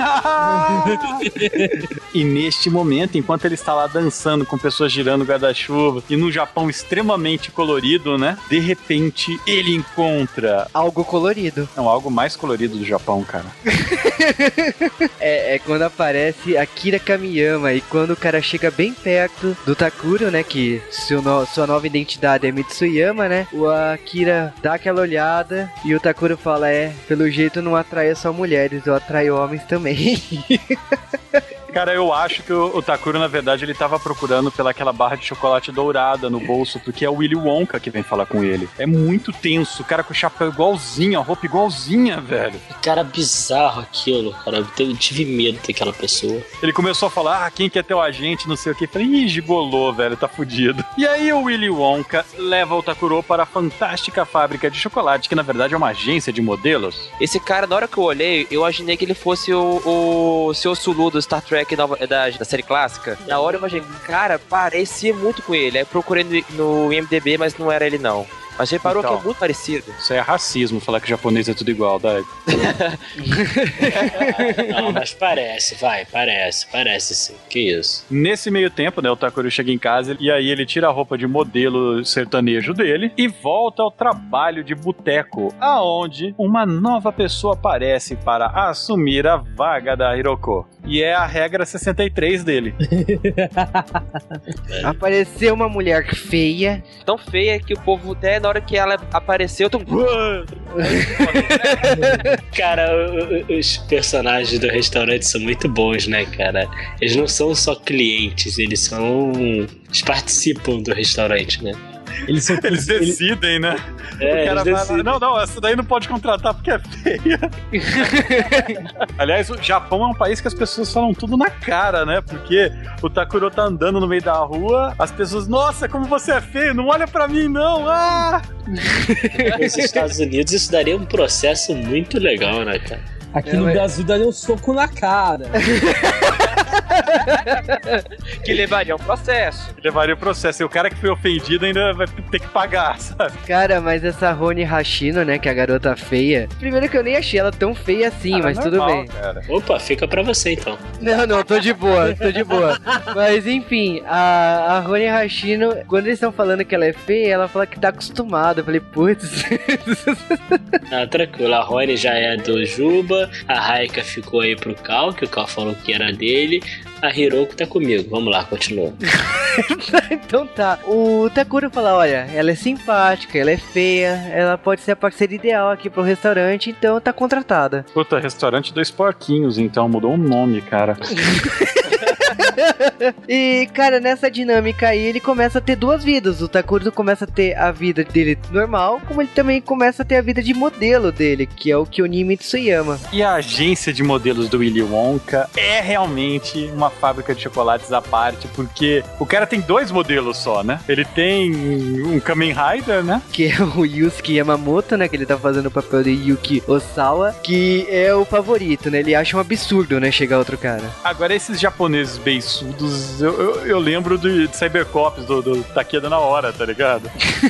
Speaker 2: E neste momento, enquanto ele está lá dançando com pessoas girando guarda-chuva e num Japão extremamente colorido, né? De repente, ele encontra...
Speaker 1: algo colorido.
Speaker 2: Não, algo mais colorido do Japão, cara.
Speaker 1: é, é quando aparece Akira Kamiyama e quando o cara chega bem perto do Takuro, né? Que seu no, sua nova identidade é Mitsuyama, né? O Akira dá aquela olhada e o Takuro fala, é, pelo jeito não atraio só mulheres, eu atraio homens também. Cara,
Speaker 2: eu acho que o, o Takuro, na verdade, ele tava procurando pela aquela barra de chocolate dourada no bolso, porque é o Willy Wonka que vem falar com ele. É muito tenso, o cara com o chapéu igualzinho, a roupa igualzinha, velho.
Speaker 4: Cara, bizarro aquilo, cara. Eu, eu tive medo daquela pessoa.
Speaker 2: Ele começou a falar, ah, quem quer ter o agente, não sei o que. Falei, ih, gigolô, velho, tá fudido. E aí o Willy Wonka leva o Takuro para a fantástica fábrica de chocolate, que na verdade é uma agência de modelos.
Speaker 3: Esse cara, na hora que eu olhei, eu imaginei que ele fosse o, o seu Sulu do Star Trek nova, da, da série clássica. Na hora eu imaginei, cara, parecia muito com ele. Aí procurei no, no I M D B, mas não era ele não. Mas reparou
Speaker 2: Então.
Speaker 3: que é muito parecido.
Speaker 2: Isso é racismo, falar que japonês é tudo igual, Daigo.
Speaker 4: Não, mas parece, vai, parece, parece sim. Que isso?
Speaker 2: Nesse meio tempo, né, o Takuro chega em casa e aí ele tira a roupa de modelo sertanejo dele e volta ao trabalho de boteco, aonde uma nova pessoa aparece para assumir a vaga da Hiroko. E é a regra sessenta e três dele.
Speaker 1: Apareceu uma mulher feia.
Speaker 3: Tão feia que o povo, até na hora que ela apareceu, tão...
Speaker 4: Cara, o- o- os personagens do restaurante são muito bons, né, cara? Eles não são só clientes, eles são... Eles participam do restaurante, né?
Speaker 5: Eles são
Speaker 2: Eles decidem, né?
Speaker 4: É,
Speaker 2: O cara
Speaker 4: eles
Speaker 2: vai lá,
Speaker 4: decidem.
Speaker 2: não, não, essa daí não pode contratar porque é feia. Aliás, o Japão é um país que as pessoas falam tudo na cara, né? Porque o Takuro tá andando no meio da rua, as pessoas, nossa, como você é feio, não olha pra mim, não! Ah!
Speaker 4: Nos Estados Unidos isso daria um processo muito legal, né, cara?
Speaker 5: Aqui
Speaker 1: É,
Speaker 5: no
Speaker 1: mas-
Speaker 5: Brasil daria um soco na cara.
Speaker 3: que levaria um processo.
Speaker 2: Levaria o processo. E o cara que foi ofendido ainda vai ter que pagar, sabe?
Speaker 1: Cara, mas essa Roni Hashino, né, que é a garota feia. Primeiro que eu nem achei ela tão feia assim,
Speaker 2: Cara,
Speaker 1: mas tudo
Speaker 2: normal,
Speaker 1: bem.
Speaker 2: Cara.
Speaker 4: Opa, fica pra você então.
Speaker 1: Não, não, tô de boa, tô de boa. Mas enfim, a, a Roni Hashino, quando eles estão falando que ela é feia, ela fala que tá acostumada. Eu falei, putz.
Speaker 4: Ah, tranquilo, a Rony já é do Juba, a Raika ficou aí pro Cal, que o Cal falou que era dele, a Hiroko tá comigo. Vamos lá, continua.
Speaker 1: Então tá. O Takuro fala, olha, ela é simpática, ela é feia, ela pode ser a parceira ideal aqui pro restaurante, então tá contratada.
Speaker 2: Puta, restaurante Dois Porquinhos, então, mudou o nome, cara.
Speaker 1: E, cara, nessa dinâmica aí, ele começa a ter duas vidas. O Takuro começa a ter a vida dele normal, como ele também começa a ter a vida de modelo dele, que é o Kyonimi Tsuyama.
Speaker 2: E a agência de modelos do Willy Wonka é realmente uma fábrica de chocolates à parte, porque o cara tem dois modelos só, né? Ele tem um Kamen Rider, né?
Speaker 1: Que é o Yusuke Yamamoto, né? Que ele tá fazendo o papel de Yuki Osawa, que é o favorito, né? Ele acha um absurdo, né? Chegar outro cara.
Speaker 2: Agora, esses japoneses beiçudos, eu, eu, eu lembro de, de Cybercops, do, do Takeda na hora, tá ligado?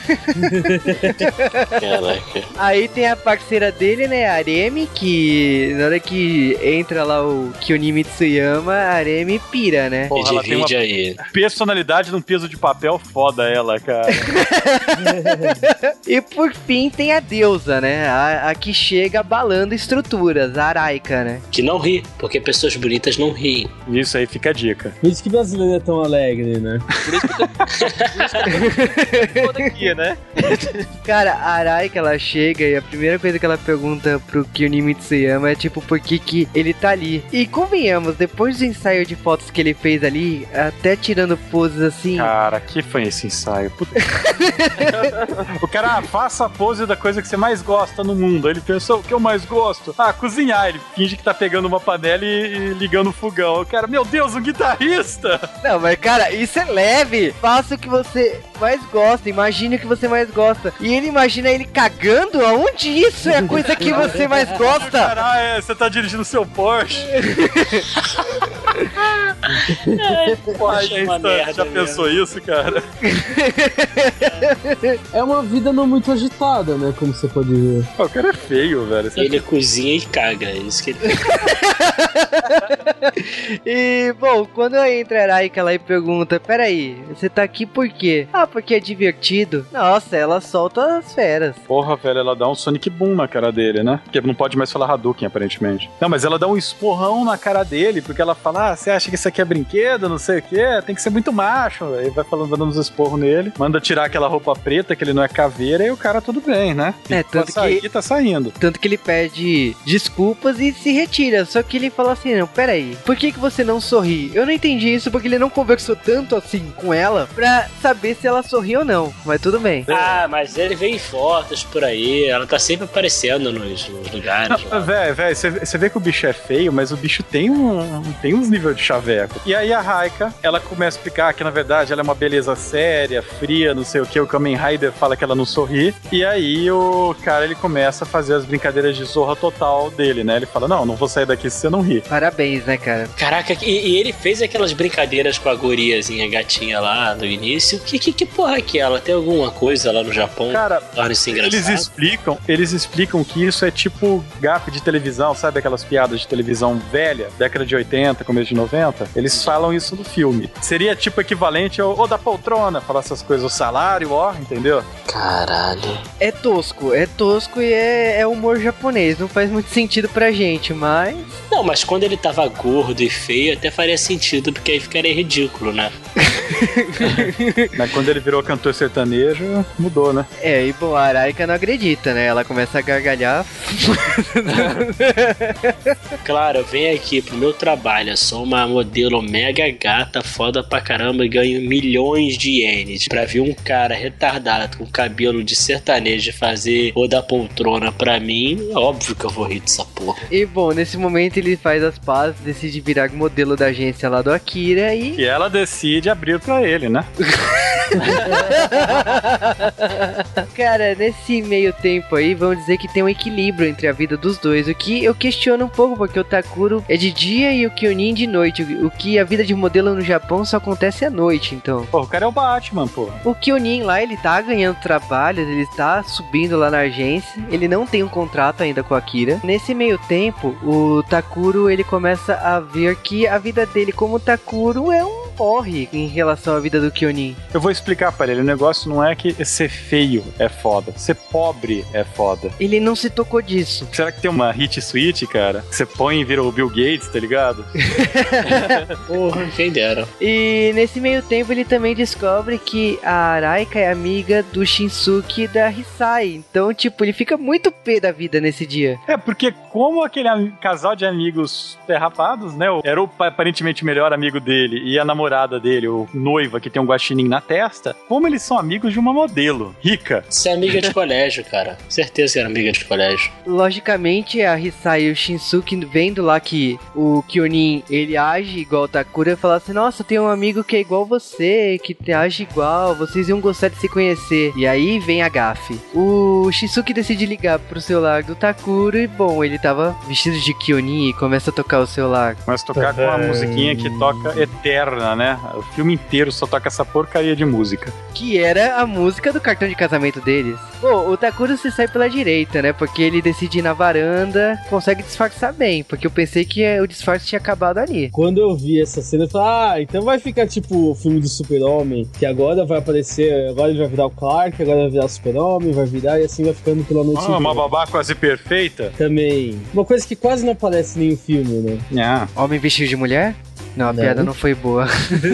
Speaker 4: Caraca.
Speaker 1: Aí tem a parceira dele, né? A Aremi, que na hora que entra lá o Kyonimi Tsuyama, a Aremi pira, né?
Speaker 2: Porra,
Speaker 4: Me
Speaker 2: ela tem uma
Speaker 4: divide aí.
Speaker 2: personalidade num peso de papel foda, ela, cara.
Speaker 1: E por fim tem a deusa, né? A, a que chega abalando estruturas, a Araika, né?
Speaker 4: Que não ri, porque pessoas bonitas não riem.
Speaker 2: Isso aí fica a dica.
Speaker 5: Por isso que brasileiro é tão alegre, né?
Speaker 3: Por isso que eu tô, por isso que eu tô toda aqui, né?
Speaker 1: Cara, a Araika, ela chega e a primeira coisa que ela pergunta pro Kyonimi Tsuyama é tipo, por que que ele tá ali? E convenhamos, depois do ensaio de fotos que ele fez ali, até tirando poses assim...
Speaker 2: Cara, que foi esse ensaio? Puta. O cara, ah, faça a pose da coisa que você mais gosta no mundo. Aí ele pensou, o que eu mais gosto? Ah, cozinhar. Ele finge que tá pegando uma panela e, e ligando o fogão. O cara, meu Deus, um guitarrista!
Speaker 1: Não, mas cara, isso é leve. Faça o que você mais gosta, imagine o que você mais gosta. E ele imagina ele cagando? Aonde isso é a coisa que você mais gosta?
Speaker 2: Caralho, é, você tá dirigindo seu Porsche.
Speaker 4: Poxa, é uma
Speaker 2: Aí,
Speaker 4: merda
Speaker 2: já
Speaker 4: mesmo.
Speaker 2: pensou isso, cara?
Speaker 5: É uma vida não muito agitada, né? Como você pode ver.
Speaker 2: Pô, o cara é feio, velho. Você
Speaker 4: Ele cozinha e caga, é isso que ele...
Speaker 1: E, bom, quando entra a Araika lá e pergunta, peraí, você tá aqui por quê? Ah, porque é divertido. Nossa, ela solta as feras.
Speaker 2: Porra, velho, ela dá um Sonic Boom na cara dele, né? Porque não pode mais falar Hadouken, aparentemente. Não, mas ela dá um esporrão na cara dele, porque ela fala, ah, você acha que isso aqui é brinquedo, não sei o quê? Tem que ser muito macho. Aí vai falando, dando uns esporros nele, manda tirar aquela roupa preta, que ele não é caveira, e o cara tudo bem, né?
Speaker 1: É,
Speaker 2: Pra
Speaker 1: tanto
Speaker 2: sair,
Speaker 1: que-
Speaker 2: tá saindo.
Speaker 1: Tanto que ele pede desculpas e se retira. Só que ele fala assim, não, peraí, por que que você não sorri? Eu não entendi isso porque ele não conversou tanto assim com ela pra saber se ela sorri ou não. Mas tudo bem.
Speaker 4: Ah, mas ele vem em fotos por aí, ela tá sempre aparecendo nos, nos lugares. lá.
Speaker 2: Véi, véi, você vê que o bicho é feio, mas o bicho tem um, tem um uns níveis de chaveco. E aí a Raika, ela começa a explicar que, na verdade, ela é uma beleza séria, fria, não sei o que. O Kamen Rider fala que ela não sorri. E aí o cara, ele começa a fazer as brincadeiras de zorra total dele, né? Ele fala, não, não vou sair daqui se você não rir.
Speaker 1: Parabéns, né, cara?
Speaker 4: Caraca, e, e ele fez aquelas brincadeiras com a guriazinha gatinha lá no início. Que, que, que porra é aquela? Tem alguma coisa lá no Japão?
Speaker 2: Cara,
Speaker 4: isso
Speaker 2: eles explicam, eles explicam que isso é tipo gap de televisão, sabe aquelas piadas de televisão velha, década de oitenta, começo de noventa? Eles falam isso no filme. Seria tipo equivalente ao, ao da poltrona, falar essas coisas, o salário, ó, entendeu?
Speaker 4: Caralho.
Speaker 1: É tosco, é tosco e é, é humor japonês, não faz muito sentido pra gente, mas...
Speaker 4: Não, mas quando ele tava gordo e feio, até faria sentido, porque aí ficaria ridículo, né?
Speaker 2: Mas quando ele virou cantor sertanejo, mudou, né?
Speaker 1: É, e bom, a Araika não acredita, né? Ela começa a gargalhar.
Speaker 4: Claro, eu venho aqui pro meu trabalho, eu sou uma modelo mega gata, foda pra caramba e ganho milhões de ienes. Pra ver um cara retardado com cabelo de sertanejo fazer ou da poltrona pra mim, é óbvio que eu vou rir dessa porra.
Speaker 1: E bom, nesse momento ele faz as pazes, decide virar modelo da agência lá do Akira e...
Speaker 2: E ela decide abrir pra ele, né?
Speaker 1: Cara, nesse meio tempo aí, vamos dizer que tem um equilíbrio entre a vida dos dois, o que eu questiono um pouco, porque o Takuro é de dia e o Kyonin de noite, o que a vida de modelo no Japão só acontece à noite, então.
Speaker 2: Pô, o cara é o Batman, pô.
Speaker 1: O Kyonin lá, ele tá ganhando trabalho, ele tá subindo lá na agência, ele não tem um contrato ainda com a Akira. Nesse meio tempo, o Takuro, ele começa a ver que a vida dele como Takuro é um porre em relação à vida do Kyonin.
Speaker 2: Eu vou explicar para ele, o negócio não é que ser feio é foda, ser pobre é foda.
Speaker 1: Ele não se tocou disso.
Speaker 2: Será que tem uma hit suite, cara? Você põe e vira o Bill Gates, tá ligado?
Speaker 4: Porra, quem dera.
Speaker 1: E nesse meio tempo ele também descobre que a Araika é amiga do Shinsuke e da Hisai. Então, tipo, ele fica muito pé da vida nesse dia.
Speaker 2: É, porque como aquele am- casal de amigos derrapados, né? Era o aparentemente melhor amigo dele e a namorada dele, o noiva que tem um guaxinim na testa, como eles são amigos de uma modelo rica.
Speaker 4: Você é amiga de colégio, cara. Certeza que era amiga de colégio.
Speaker 1: Logicamente, a Hisai e o Shinsuke, vendo lá que o Kyonin, ele age igual o Takura, falam assim, nossa, tem um amigo que é igual você, que te age igual, vocês iam gostar de se conhecer. E aí vem a gafe. O Shinsuke decide ligar pro celular do Takura e, bom, ele tava vestido de Kyonin e começa a tocar o celular.
Speaker 2: Começa a tocar com uma musiquinha que toca eterna, né? O filme inteiro só toca essa porcaria de música.
Speaker 1: Que era a música do cartão de casamento deles. Pô, o Takuro se sai pela direita, né? Porque ele decide ir na varanda, consegue disfarçar bem, porque eu pensei que o disfarce tinha acabado ali.
Speaker 5: Quando eu vi essa cena, eu falei, ah, então vai ficar tipo o filme do Super-Homem, que agora vai aparecer, agora ele vai virar o Clark, agora vai virar o Super-Homem, vai virar e assim vai ficando pela noite inteira.
Speaker 2: Ah, uma babá quase perfeita.
Speaker 5: Também. Uma coisa que quase não aparece em nenhum filme, né?
Speaker 2: Ah.
Speaker 1: Homem vestido de mulher? Não, a
Speaker 5: Não.
Speaker 1: piada não foi boa.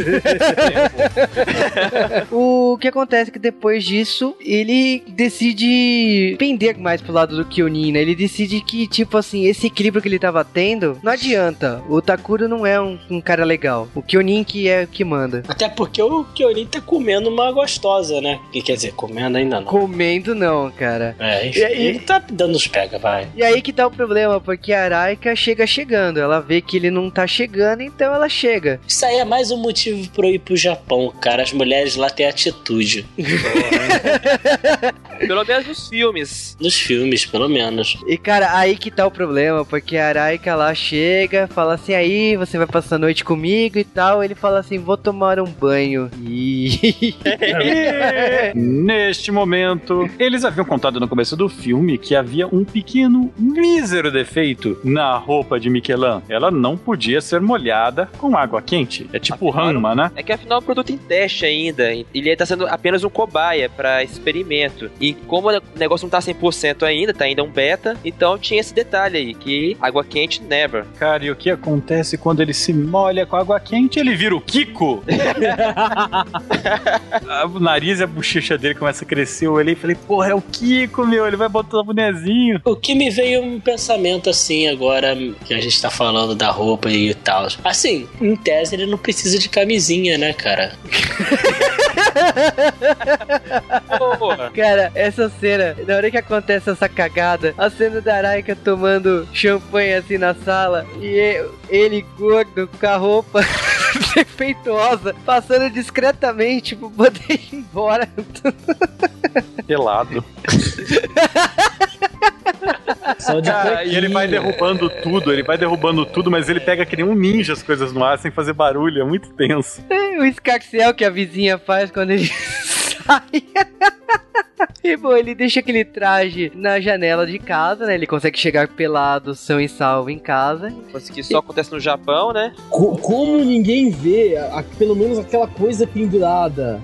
Speaker 1: O que acontece é que depois disso, ele decide pender mais pro lado do Kyonin, né? Ele decide que, tipo assim, esse equilíbrio que ele tava tendo, não adianta. O Takuro não é um, um cara legal. O Kyonin que é o que manda.
Speaker 4: Até porque o Kyonin tá comendo uma gostosa, né? Que quer dizer, comendo ainda não.
Speaker 1: Comendo não, cara.
Speaker 4: É, enfim,
Speaker 1: E aí-
Speaker 4: ele tá dando os pega, vai.
Speaker 1: E aí que tá o problema, porque a Araika chega chegando. Ela vê que ele não tá chegando, então ela chega.
Speaker 4: Isso aí é mais um motivo pra eu ir pro Japão, cara. As mulheres lá têm atitude.
Speaker 3: Pelo menos nos filmes.
Speaker 4: Nos filmes, pelo menos.
Speaker 1: E cara, aí que tá o problema, porque a Araika lá chega, fala assim, aí você vai passar a noite comigo e tal. Ele fala assim, vou tomar um banho. E...
Speaker 2: E, neste momento, eles haviam contado no começo do filme que havia um pequeno, mísero defeito na roupa de Michelin. Ela não podia ser molhada com água quente. É tipo
Speaker 3: Afinal,
Speaker 2: Ranma, né?
Speaker 3: É que afinal o produto em teste ainda. Ele tá sendo apenas um cobaia pra experimento. E como o negócio não tá cem por cento ainda, tá ainda um beta, então tinha esse detalhe aí, que água quente never.
Speaker 2: Cara, e o que acontece quando ele se molha com água quente? Ele vira o Kiko! O nariz e a bochecha dele começa a crescer. Eu olhei e falei, porra, é o Kiko, meu. Ele vai botar o bonezinho.
Speaker 4: O que me veio um pensamento assim agora que a gente tá falando da roupa e tal. Assim, em tese ele não precisa de camisinha, né, cara?
Speaker 1: Cara, essa cena, na hora que acontece essa cagada, a cena da Araika tomando champanhe assim na sala e ele gordo com a roupa defeituosa, passando discretamente pra poder ir embora.
Speaker 2: Pelado.
Speaker 5: Só de
Speaker 2: Cara, e ele vai derrubando tudo, ele vai derrubando tudo, mas ele pega que nem um ninja as coisas no ar sem fazer barulho, é muito tenso.
Speaker 1: O escarcel que a vizinha faz quando ele sai. E bom, ele deixa aquele traje na janela de casa, né? Ele consegue chegar pelado, são e salvo em casa.
Speaker 3: Coisa que só acontece no Japão, né?
Speaker 5: Co- como ninguém vê, a, a, pelo menos aquela coisa pendurada.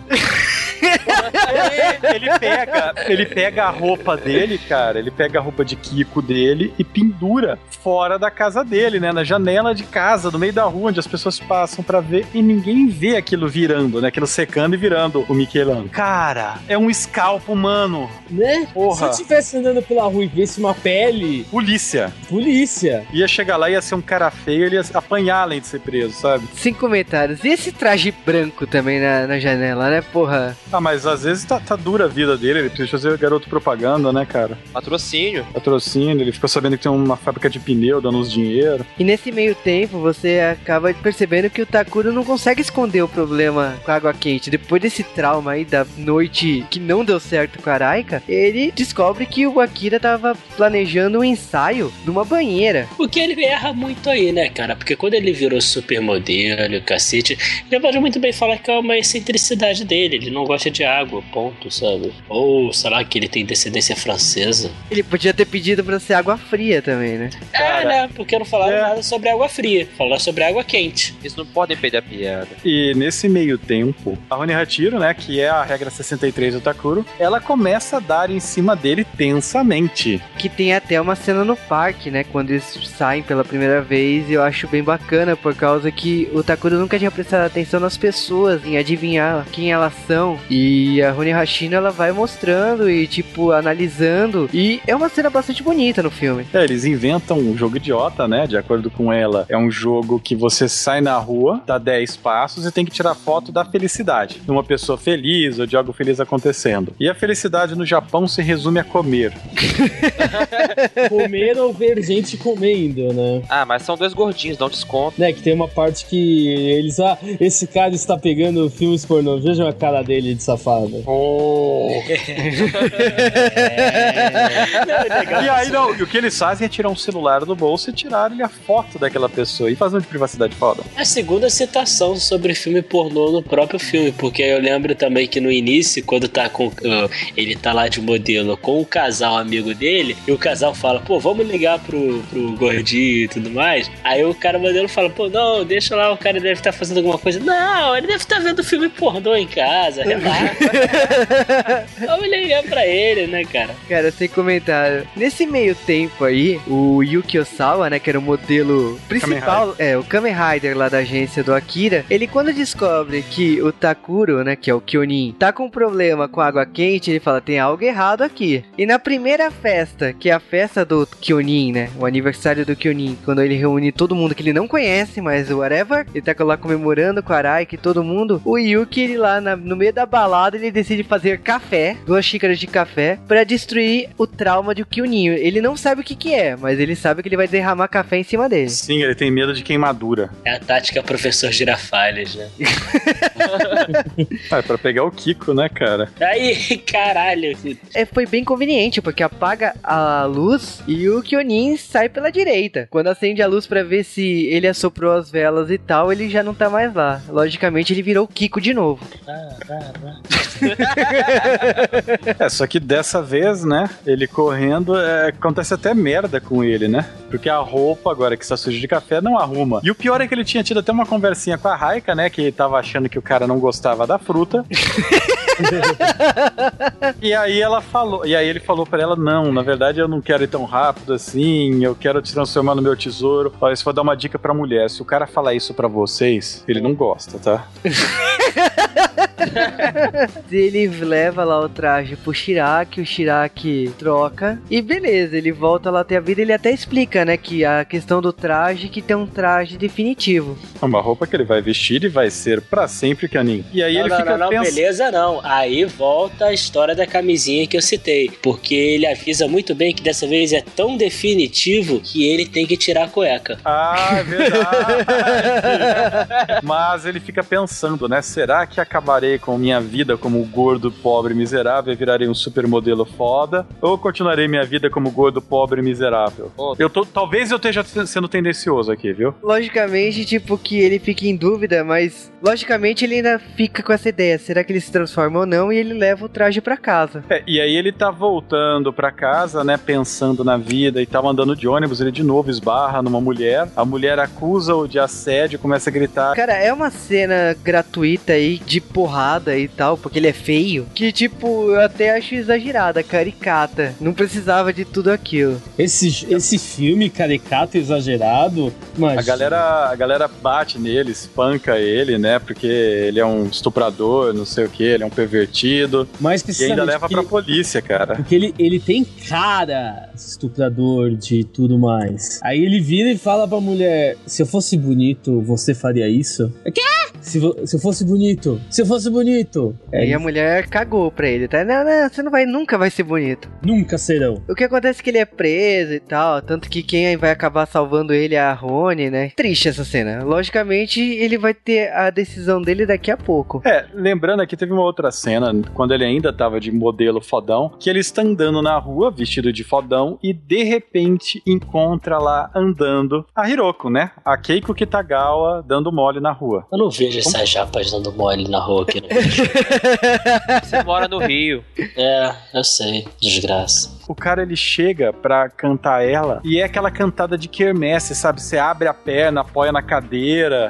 Speaker 2: Ele pega, ele pega a roupa dele, cara, ele pega a roupa de Kiko dele e pendura fora da casa dele, né, na janela de casa, no meio da rua, onde as pessoas passam pra ver e ninguém vê aquilo virando, né, aquilo secando e virando o Michelangelo. Cara, é um scalpo humano.
Speaker 5: Né?
Speaker 2: Porra.
Speaker 5: Se eu estivesse andando pela rua e visse uma pele...
Speaker 2: Polícia.
Speaker 5: Polícia.
Speaker 2: Ia chegar lá, ia ser um cara feio, ele ia apanhar além de ser preso, sabe?
Speaker 1: Sem comentários. E esse traje branco também na, na janela, né, porra?
Speaker 2: Ah, mas às vezes tá, tá dura a vida dele, ele precisa fazer garoto propaganda, né, cara?
Speaker 3: Patrocínio.
Speaker 2: Patrocínio, ele ficou sabendo que tem uma fábrica de pneu dando uns dinheiro.
Speaker 1: E nesse meio tempo, você acaba percebendo que o Takuro não consegue esconder o problema com a água quente. Depois desse trauma aí da noite que não deu certo com a Araika, ele descobre que o Akira tava planejando um ensaio numa banheira.
Speaker 4: Porque ele erra muito aí, né, cara? Porque quando ele virou supermodelo e o cacete, ele pode muito bem falar que é uma excentricidade dele, ele não gosta de água, ponto, sabe? Ou, sei lá, que ele tem descendência francesa.
Speaker 1: Ele podia ter pedido pra ser água fria também, né?
Speaker 4: É, né? Porque não falaram
Speaker 2: É.
Speaker 4: nada sobre água fria, falaram sobre água quente.
Speaker 3: Eles não podem perder a piada.
Speaker 2: E nesse meio tempo, a Rony Hachiro, né, que é a regra sessenta e três do Takuro, ela começa a dar em cima dele tensamente.
Speaker 1: Que tem até uma cena no parque, né? Quando eles saem pela primeira vez, eu acho bem bacana, por causa que o Takuro nunca tinha prestado atenção nas pessoas, em adivinhar quem elas são. E a Rony Hashino, ela vai mostrando e, tipo, analisando. E é uma cena bastante bonita no filme.
Speaker 2: É, eles inventam um jogo idiota, né, de acordo com ela. É um jogo que você sai na rua, dá dez passos e tem que tirar foto da felicidade. De uma pessoa feliz ou de algo feliz acontecendo. E a felicidade no Japão se resume a comer.
Speaker 5: Comer ou ver gente comendo, né?
Speaker 3: Ah, mas são dois gordinhos, dá um desconto.
Speaker 5: Né, que tem uma parte que eles... Ah, esse cara está pegando filmes pornô. Vejam a cara dele de safado.
Speaker 3: Oh.
Speaker 2: E aí, não, e o que eles fazem é tirar um celular do bolso e tirarem a foto daquela pessoa. E fazer um de privacidade foda.
Speaker 4: A segunda citação sobre filme pornô no próprio filme, porque eu lembro também que no início, quando tá com uh, ele tá lá de modelo com o casal amigo dele, e o casal fala, pô, vamos ligar pro, pro gordinho e tudo mais. Aí o cara modelo fala, pô, não, deixa lá, o cara deve estar fazendo alguma coisa. Não, ele deve estar vendo filme pornô em casa, relaxa. Vamos ligar pra ele, né, cara?
Speaker 1: Cara, sem comentário. Nesse meio tempo aí, o Yuki Osawa, né, que era o modelo principal, é, o Kamen Rider lá da agência do Akira, ele quando descobre que o Takuro, né, que é o Kyonin, tá com um problema com água quente, ele fala, tem algo errado aqui. E na primeira festa, que é a festa do Kyonin, né, o aniversário do Kyonin, quando ele reúne todo mundo que ele não conhece, mas whatever, ele tá lá comemorando com a Araika e todo mundo, o Yuki, ele lá na, no meio da balada, ele decide fazer café, duas xícaras de café, pra destruir o trauma do Kyonin. Ele não sabe o que que é, mas ele sabe que ele vai derramar café em cima dele.
Speaker 2: Sim, ele tem medo de queimadura.
Speaker 4: É a tática professor Girafales, né?
Speaker 2: Ah, é pra pegar o Kiko, né, cara?
Speaker 4: Aí, caralho.
Speaker 1: É, foi bem conveniente, porque apaga a luz e o Kyonin sai pela direita. Quando acende a luz pra ver se ele assoprou as velas e tal, ele já não tá mais lá. Logicamente, ele virou o Kiko de novo.
Speaker 2: É, só que dessa vez, né, ele correndo, é, acontece até merda com ele, né? Porque a roupa, agora que está suja de café, não arruma. E o pior é que ele tinha tido até uma conversinha com a Raika, né, que tava achando que o cara não gostava da fruta. E aí ela falou, e aí ele falou pra ela, não, na verdade eu não quero ir tão rápido assim, eu quero te transformar no meu tesouro. Olha, isso vou dar uma dica pra mulher, se o cara falar isso pra vocês, ele não gosta, tá?
Speaker 1: Ele leva lá o traje pro Shiraki, o Shiraki troca e beleza, ele volta lá até a vida. Ele até explica, né, que a questão do traje, que tem um traje definitivo.
Speaker 2: Uma roupa que ele vai vestir e vai ser pra sempre Kyonin. E aí
Speaker 4: não,
Speaker 2: ele
Speaker 4: não,
Speaker 2: fica
Speaker 4: não, não,
Speaker 2: pens...
Speaker 4: beleza não. Aí volta a história da camisinha que eu citei, porque ele avisa muito bem que dessa vez é tão definitivo que ele tem que tirar a cueca.
Speaker 2: Ah, é verdade. Mas ele fica pensando, né? Será que acabarei com minha vida como gordo, pobre, miserável e virarei um supermodelo foda? Ou continuarei minha vida como gordo, pobre, miserável? Eu tô, talvez eu esteja sendo tendencioso aqui, viu?
Speaker 1: Logicamente, tipo, que ele fica em dúvida, mas logicamente ele ainda fica com essa ideia. Será que ele se transforma ou não? E ele leva o traje pra casa.
Speaker 2: É, e aí ele tá voltando pra casa, né? Pensando na vida e tal, andando de ônibus. Ele de novo esbarra numa mulher. A mulher acusa-o de assédio, começa a gritar.
Speaker 1: Cara, é uma cena gratuita aí, de porrada e tal, porque ele é feio, que tipo, eu até acho exagerada, caricata. Não precisava de tudo aquilo.
Speaker 5: Esse, esse filme caricato exagerado, mas...
Speaker 2: A galera, a galera bate nele, espanca ele, né? Porque ele é um estuprador, não sei o que, ele é um pervertido.
Speaker 5: Mas
Speaker 2: e ainda leva pra
Speaker 5: ele,
Speaker 2: polícia, cara.
Speaker 5: Porque ele, ele tem cara estuprador de tudo mais. Aí ele vira e fala pra mulher: se eu fosse bonito, você faria isso? O quê? Se, se eu fosse bonito, se eu fosse bonito.
Speaker 1: É, e a mulher cagou pra ele, tá? Não, não, você não vai, nunca vai ser bonito.
Speaker 5: Nunca serão.
Speaker 1: O que acontece é que ele é preso e tal, tanto que quem vai acabar salvando ele é a Rony, né? Triste essa cena. Logicamente, ele vai ter a decisão dele daqui a pouco.
Speaker 2: É, lembrando aqui, teve uma outra cena, quando ele ainda tava de modelo fodão, que ele está andando na rua, vestido de fodão, e de repente encontra lá, andando, a Hiroko, né? A Keiko Kitagawa dando mole na rua.
Speaker 4: Eu não vejo essas japas dando mole na rua aqui.
Speaker 3: Você mora no Rio.
Speaker 4: É, eu sei. Desgraça.
Speaker 2: O cara, ele chega pra cantar ela e é aquela cantada de quermesse, sabe? Você abre a perna, apoia na cadeira.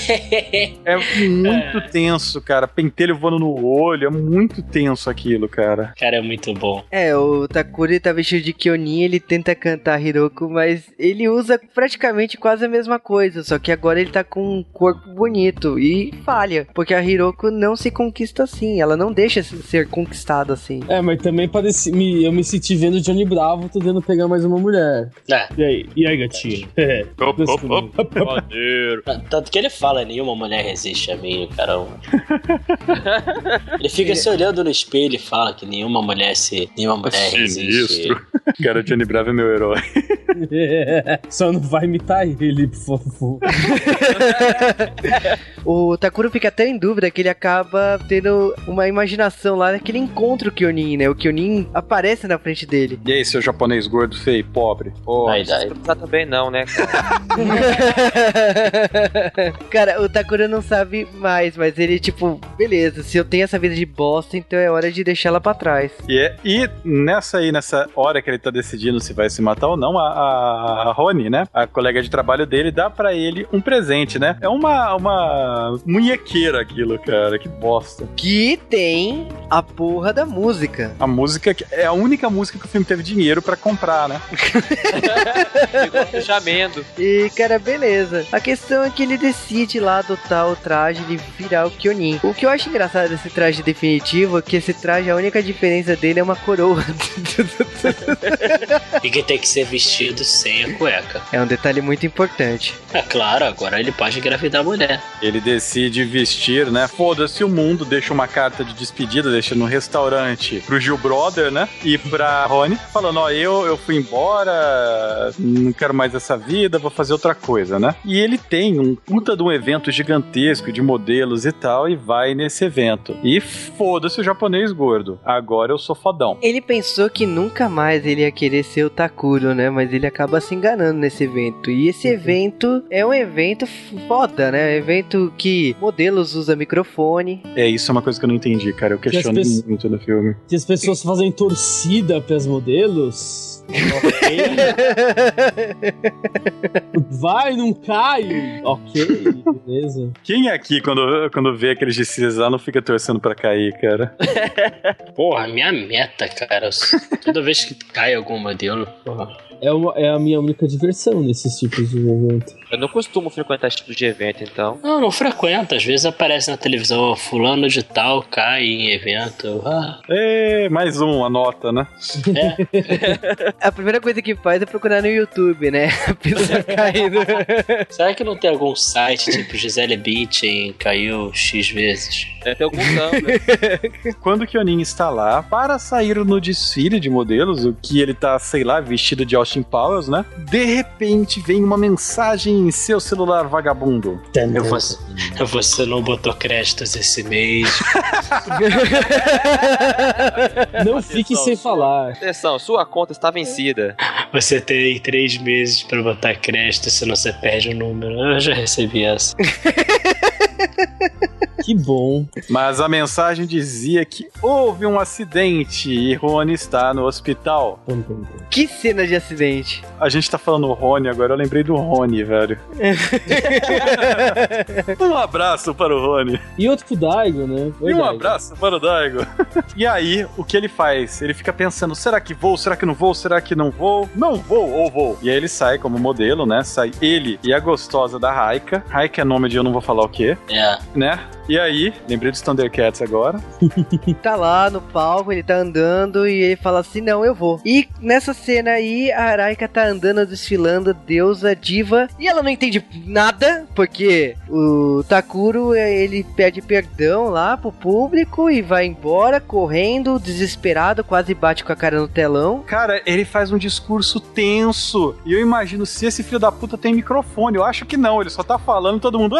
Speaker 2: É muito é. tenso, cara. Pentelho voando no olho. É muito tenso aquilo, cara.
Speaker 4: Cara, é muito bom.
Speaker 1: É, o Takuri tá vestido de Kyonin, ele tenta cantar Hiroko, mas ele usa praticamente quase a mesma coisa, só que agora ele tá com um corpo bonito e falha, porque a Hiroko não se conquista assim, ela não deixa ser conquistada assim.
Speaker 5: É, mas também parece, me, eu me senti vendo Johnny Bravo tentando pegar mais uma mulher.
Speaker 4: É.
Speaker 5: E aí, e aí gatinho? É.
Speaker 4: Tanto que ele fala, nenhuma mulher resiste a mim, caramba. Ele fica se olhando no espelho e fala que nenhuma mulher se, nenhuma mulher resiste.
Speaker 2: Sinistro. Cara, o Johnny Bravo é meu herói.
Speaker 5: É. Só não vai imitar ele, por favor.
Speaker 1: O Takuro fica até em dúvida que ele acaba tendo uma imaginação lá que ele encontra o Kyonin, né? O Kyonin aparece na frente dele.
Speaker 2: E aí, seu japonês gordo, feio, pobre?
Speaker 3: Oh, não precisa também não, né?
Speaker 1: Cara, o Takuro não sabe mais, mas ele, tipo, beleza, se eu tenho essa vida de bosta, então é hora de deixar ela pra trás.
Speaker 2: E, é, e nessa aí, nessa hora que ele tá decidindo se vai se matar ou não, a, a, a Rony, né? A colega de trabalho dele dá pra ele um presente, né? É uma, uma munhequeira aquilo, cara. Que bosta.
Speaker 1: Que tem a porra da música.
Speaker 2: A música que é a única música que o filme teve dinheiro pra comprar, né?
Speaker 3: Igual fechamento.
Speaker 1: E, cara, beleza. A questão é que ele decide lá adotar o traje de virar o Kyonin. O que eu acho engraçado desse traje definitivo é que esse traje, a única diferença dele é uma coroa.
Speaker 4: E que tem que ser vestido sem a cueca.
Speaker 1: É um detalhe muito importante.
Speaker 4: É claro, agora ele pode engravidar a mulher.
Speaker 2: Ele decide vestir, né? Foda-se o mundo, deixa uma carta de despedida, deixa no restaurante pro Gil Brother, né? E pra Rony, falando, ó, eu, eu fui embora, não quero mais essa vida, vou fazer outra coisa, né? E ele tem um puta de um evento gigantesco de modelos e tal, e vai nesse evento. E foda-se o japonês gordo, agora eu sou fodão.
Speaker 1: Ele pensou que nunca mais ele ia querer ser o Takuro, né? Mas ele acaba se enganando nesse evento. E esse evento é um evento foda, né? Um evento que modelos usam microfone.
Speaker 2: É, isso é uma coisa que eu não entendi, cara. Eu questiono pessoas, muito no filme.
Speaker 5: Que as pessoas fazem torcida pras modelos... Ok. Vai, não cai. Ok, beleza.
Speaker 2: Quem aqui, quando, quando vê aqueles de Cisar, não fica torcendo pra cair, cara?
Speaker 4: Porra, minha meta, cara. Toda vez que cai algum modelo, porra.
Speaker 5: É, uma, é a minha única diversão nesses tipos de evento.
Speaker 3: Eu não costumo frequentar esse tipo de evento, então.
Speaker 4: Não, não frequenta. Às vezes aparece na televisão, fulano de tal cai em evento. Ah.
Speaker 2: É, mais um, anota, né?
Speaker 4: É.
Speaker 1: A primeira coisa que faz é procurar no YouTube, né? A pessoa caindo.
Speaker 4: Será que não tem algum site tipo Gisele Bündchen caiu X vezes?
Speaker 3: Deve ter algum Tumblr.
Speaker 2: Quando o Kyonin está lá para sair no desfile de modelos, o que ele tá, sei lá, vestido de Austin Powers, né? De repente vem uma mensagem em seu celular vagabundo.
Speaker 4: Eu você, você não botou créditos esse mês.
Speaker 5: Não fique sem falar.
Speaker 3: Atenção, sua conta está vencida.
Speaker 4: Você tem três meses pra botar crédito, senão você perde o número. Eu já recebi essa.
Speaker 5: Que bom.
Speaker 2: Mas a mensagem dizia que houve um acidente e Rony está no hospital.
Speaker 1: Que cena de acidente.
Speaker 2: A gente tá falando Rony agora, eu lembrei do Rony, velho. Um abraço para o Rony.
Speaker 5: E outro pro Daigo, né? Oi,
Speaker 2: e um
Speaker 5: Daigo.
Speaker 2: abraço para o Daigo. E aí, o que ele faz? Ele fica pensando, será que vou? Será que não vou? Será que não vou? Não vou ou vou? E aí ele sai como modelo, né? Sai ele e a gostosa da Raika. Raika é nome de eu não vou falar o quê.
Speaker 4: É.
Speaker 2: Né? E aí, lembrei dos Thundercats agora.
Speaker 1: Tá lá no palco, ele tá andando e ele fala assim, não, eu vou. E nessa cena aí, a Araika tá andando, desfilando, deusa, diva, e ela não entende nada, porque o Takuro, ele pede perdão lá pro público e vai embora, correndo, desesperado, quase bate com a cara no telão.
Speaker 2: Cara, ele faz um discurso tenso, e eu imagino se esse filho da puta tem microfone. Eu acho que não, ele só tá falando e todo mundo...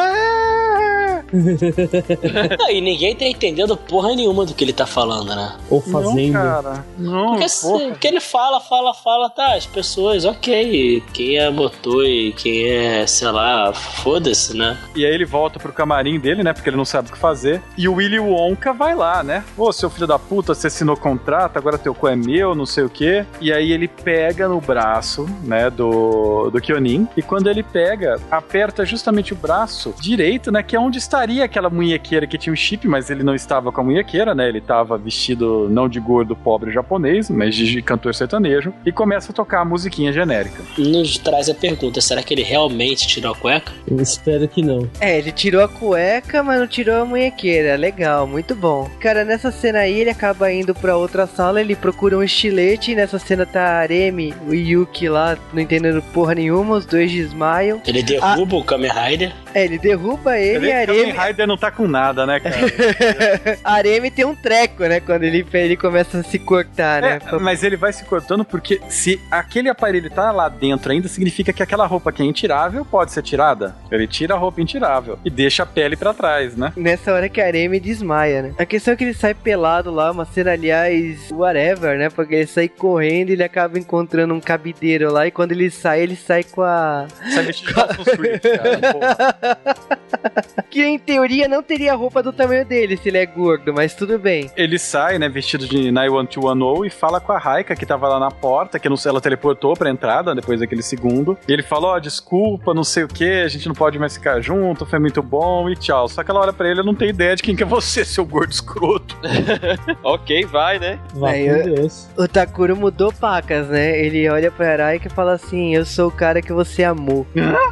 Speaker 4: Não, e ninguém tá entendendo porra nenhuma do que ele tá falando, né?
Speaker 5: Ou fazendo.
Speaker 2: Não, cara. Não,
Speaker 4: Porque assim, porque ele fala, fala, fala, tá, as pessoas, ok, quem é motor e quem é, sei lá, foda-se, né?
Speaker 2: E aí ele volta pro camarim dele, né, porque ele não sabe o que fazer, e o Willy Wonka vai lá, né? Ô, seu filho da puta, você assinou contrato, agora teu cu é meu, não sei o quê. E aí ele pega no braço, né, do, do Kyonin, e quando ele pega, aperta justamente o braço direito, né, que é onde estaria aquela munhequeira que tinha um chip, mas ele não estava com a munhequeira, né? Ele estava vestido não de gordo pobre japonês, mas de cantor sertanejo, e começa a tocar a musiquinha genérica.
Speaker 4: Nos traz a pergunta, será que ele realmente tirou a cueca?
Speaker 5: Eu espero que não.
Speaker 1: É, ele tirou a cueca, mas não tirou a munhequeira. Legal, muito bom. Cara, nessa cena aí, ele acaba indo pra outra sala, ele procura um estilete, e nessa cena tá a Aremi, o Yuki lá, não entendendo porra nenhuma, os dois desmaiam.
Speaker 4: Ele derruba ah. o Kamen Rider.
Speaker 1: É, ele derruba ele e a Aremi...
Speaker 2: O Kamen Rider não tá com nada, né, cara?
Speaker 1: A Aremi tem um treco, né, quando ele, ele começa a se cortar, né?
Speaker 2: É, mas ele vai se cortando porque se aquele aparelho tá lá dentro ainda, significa que aquela roupa que é intirável pode ser tirada. Ele tira a roupa intirável e deixa a pele pra trás, né?
Speaker 1: Nessa hora que a Aremi desmaia, né? A questão é que ele sai pelado lá, uma cena, aliás, whatever, né? Porque ele sai correndo e ele acaba encontrando um cabideiro lá, e quando ele sai, ele sai com a...
Speaker 2: Sai vestido de Dawson's Creek, cara, porra.
Speaker 1: Que em teoria não teria a roupa do tamanho dele se ele é gordo, mas tudo bem.
Speaker 2: Ele sai, né, vestido de nove um dois um zero e fala com a Raika, que tava lá na porta, que não sei, ela teleportou pra entrada depois daquele segundo. E ele fala, ó, oh, desculpa, não sei o que, a gente não pode mais ficar junto, foi muito bom e tchau. Só que ela olha pra ele, eu não tenho ideia de quem que é você, seu gordo escroto.
Speaker 3: Ok, vai, né?
Speaker 5: Vai
Speaker 1: Aí,
Speaker 5: com Deus.
Speaker 1: O Takuro mudou pacas, né? Ele olha pra Araika e fala assim, eu sou o cara que você amou.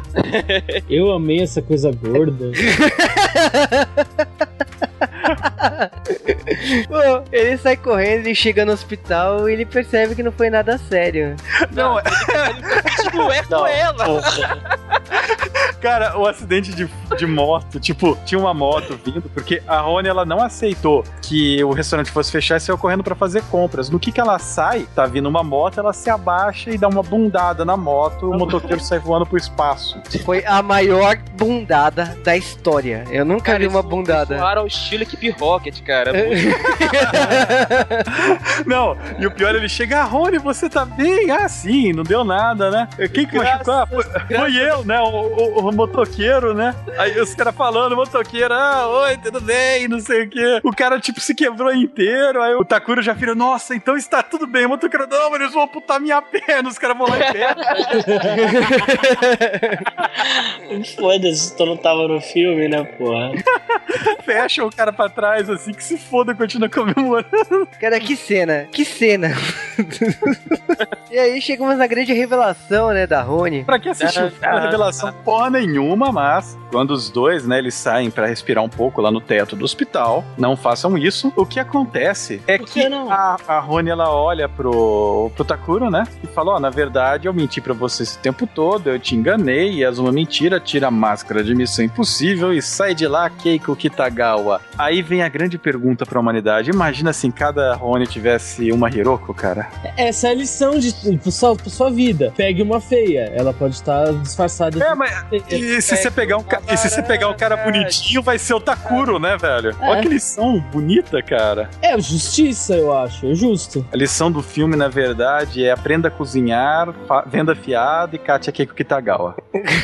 Speaker 5: Eu amei essa coisa gorda.
Speaker 1: Pô, ele sai correndo, ele chega no hospital e ele percebe que não foi nada sério.
Speaker 2: Não, é...
Speaker 3: Não é com ela.
Speaker 2: Cara, o acidente de, de moto, tipo, tinha uma moto vindo, porque a Rony, ela não aceitou que o restaurante fosse fechar e saiu correndo pra fazer compras. No que que ela sai, tá vindo uma moto, ela se abaixa e dá uma bundada na moto, o motoqueiro sai voando pro espaço.
Speaker 1: Foi a maior bundada da história. Eu nunca
Speaker 3: Cara,
Speaker 1: vi uma
Speaker 3: isso,
Speaker 1: bundada.
Speaker 3: Isso ao estilo Equipe Rocket, cara.
Speaker 2: Não, e o pior, ele chega, ah, Rony, você tá bem? Ah, sim, não deu nada, né? Quem que machucou? Ah, foi, foi eu, né? O, o, o no motoqueiro, né? Aí os caras falando, motoqueiro, ah, oi, tudo bem, não sei o quê. O cara, tipo, se quebrou inteiro, aí o Takuro já vira, nossa, então está tudo bem. O motoqueiro, não, mas eles vão amputar minha perna, os caras vão lá em perna.
Speaker 4: Foda-se, tu não tava no filme, né, porra?
Speaker 2: Fecha o cara pra trás, assim, que se foda, continua comemorando.
Speaker 1: Cara, que cena, que cena. E aí chegamos na grande revelação, né, da Rony.
Speaker 2: Pra que assistiu? Não é revelação porra nenhuma, mas quando os dois, né, eles saem pra respirar um pouco lá no teto do hospital, não façam isso. O que acontece é que, que a, a Rony, ela olha pro, pro Takuro, né, e fala, ó, oh, na verdade eu menti pra você esse tempo todo, eu te enganei, e és uma mentira, tira a máscara de Missão Impossível e sai de lá, Keiko Kitagawa. Aí vem a grande pergunta pra humanidade, imagina se em cada Rony tivesse uma Hiroko, cara.
Speaker 5: Essa é a lição de, pra, sua, pra sua vida. Pegue uma feia, ela pode estar disfarçada.
Speaker 2: É, mas e se, você pegar um, e se você pegar um cara bonitinho, vai ser o Takuro, né, velho? É. Olha que lição bonita, cara.
Speaker 5: É, justiça, eu acho, é justo.
Speaker 2: A lição do filme, na verdade, é aprenda a cozinhar, venda fiado e cate a Keiko Kitagawa.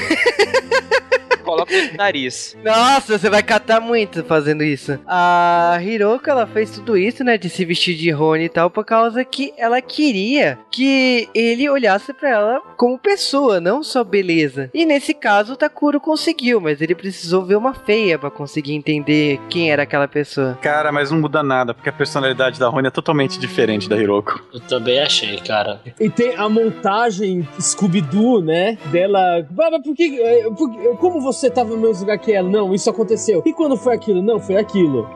Speaker 3: Coloca no nariz.
Speaker 1: Nossa, você vai catar muito fazendo isso. A Hiroko, ela fez tudo isso, né, de se vestir de Rony e tal, por causa que ela queria que ele olhasse pra ela como pessoa, não só beleza. E nesse caso, o Takuro conseguiu, mas ele precisou ver uma feia pra conseguir entender quem era aquela pessoa.
Speaker 2: Cara, mas não muda nada, porque a personalidade da Rony é totalmente diferente da Hiroko.
Speaker 4: Eu também achei, cara.
Speaker 5: E tem a montagem Scooby-Doo, né, dela... Mas por que... Por, como você Você tava no mesmo lugar que ela? Não, isso aconteceu. E quando foi aquilo? Não, foi aquilo.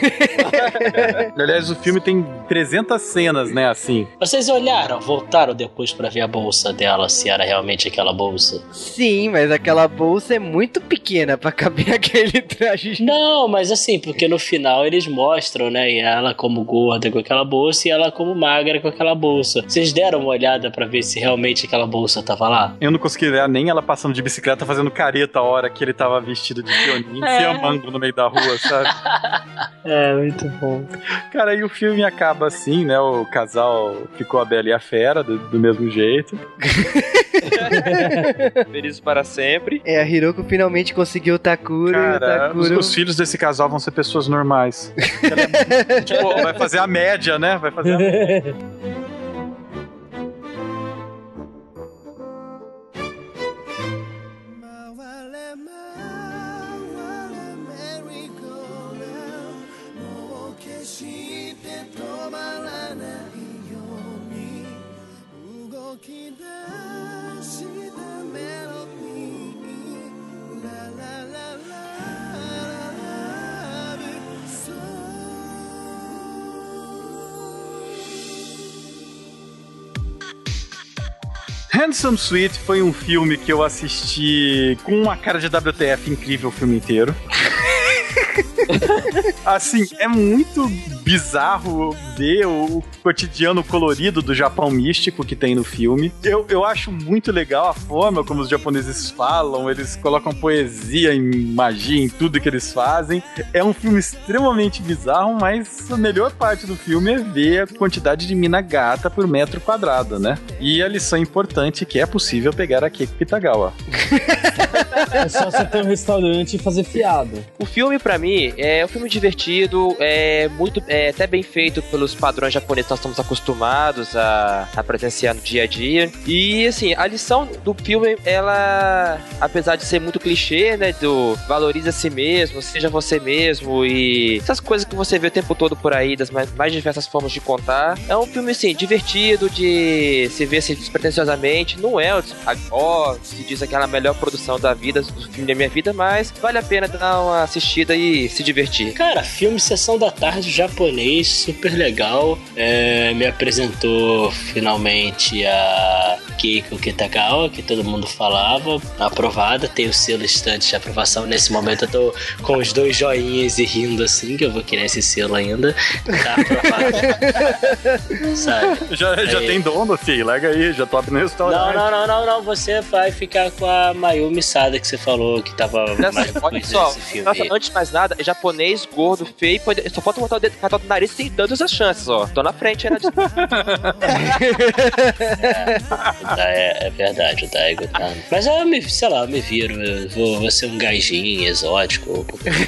Speaker 2: Aliás, o filme tem trezentas cenas, né, assim.
Speaker 4: Vocês olharam, voltaram depois pra ver a bolsa dela, se era realmente aquela bolsa?
Speaker 1: Sim, mas aquela bolsa é muito pequena pra caber aquele traje.
Speaker 4: Não, mas assim, porque no final eles mostram, né, ela como gorda com aquela bolsa e ela como magra com aquela bolsa. Vocês deram uma olhada pra ver se realmente aquela bolsa tava lá?
Speaker 2: Eu não consegui ver nem ela passando de bicicleta fazendo careta a hora que ele tava vestido de pioninho, é. se amando no meio da rua, sabe?
Speaker 4: É, muito bom.
Speaker 2: Cara, aí o filme acaba assim, né? O casal ficou a Bela e a Fera, do, do mesmo jeito.
Speaker 3: Felizes para sempre.
Speaker 1: É, a Hiroko finalmente conseguiu o Takuro.
Speaker 2: Cara,
Speaker 1: o Takuro...
Speaker 2: os, os filhos desse casal vão ser pessoas normais. É, tipo, vai fazer a média, né? Vai fazer a média. Handsome Sweet foi um filme que eu assisti com uma cara de W T F incrível o filme inteiro. Assim, é muito bizarro ver o cotidiano colorido do Japão místico que tem no filme. Eu, eu acho muito legal a forma como os japoneses falam, eles colocam poesia em magia, em tudo que eles fazem. É um filme extremamente bizarro, mas a melhor parte do filme é ver a quantidade de mina gata por metro quadrado, né? E a lição importante que é possível pegar a Keiko Kitagawa.
Speaker 5: É só você ter um restaurante e fazer fiado.
Speaker 3: O filme, pra mim, é um filme divertido, é muito, é até bem feito pelos padrões japoneses que nós estamos acostumados a, a presenciar no dia a dia. E, assim, a lição do filme, ela, apesar de ser muito clichê, né, do valorize a si mesmo, seja você mesmo e essas coisas que você vê o tempo todo por aí, das mais, mais diversas formas de contar. É um filme, assim, divertido, de se ver assim, despretensiosamente. Não é, ó, se diz aquela melhor produção da vida, do filme da minha vida, mas vale a pena dar uma assistida e se divertir.
Speaker 4: Cara, filme Sessão da Tarde japonês, super legal. É, me apresentou finalmente a Keiko Kitagawa, que todo mundo falava, aprovada, tem o selo estante de aprovação. Nesse momento eu tô com os dois joinhas e rindo assim, que eu vou querer esse selo ainda. Tá aprovado. Sabe?
Speaker 2: Já,
Speaker 4: é.
Speaker 2: já tem dono, filho, larga aí, já tô abrindo restaurante.
Speaker 4: Não, não, não, não, não, você vai ficar com a Mayumi engraçada que você falou, que tava mais
Speaker 3: Olha só,
Speaker 4: desse filme.
Speaker 3: nossa, antes de mais nada, japonês, gordo, feio, pode, só falta botar o dedo no nariz, tem todas as chances, ó. Tô na frente aí na
Speaker 4: é, é verdade, o Daigo tá. Mas eu me, sei lá, eu me viro, eu vou, vou ser um gajinho exótico.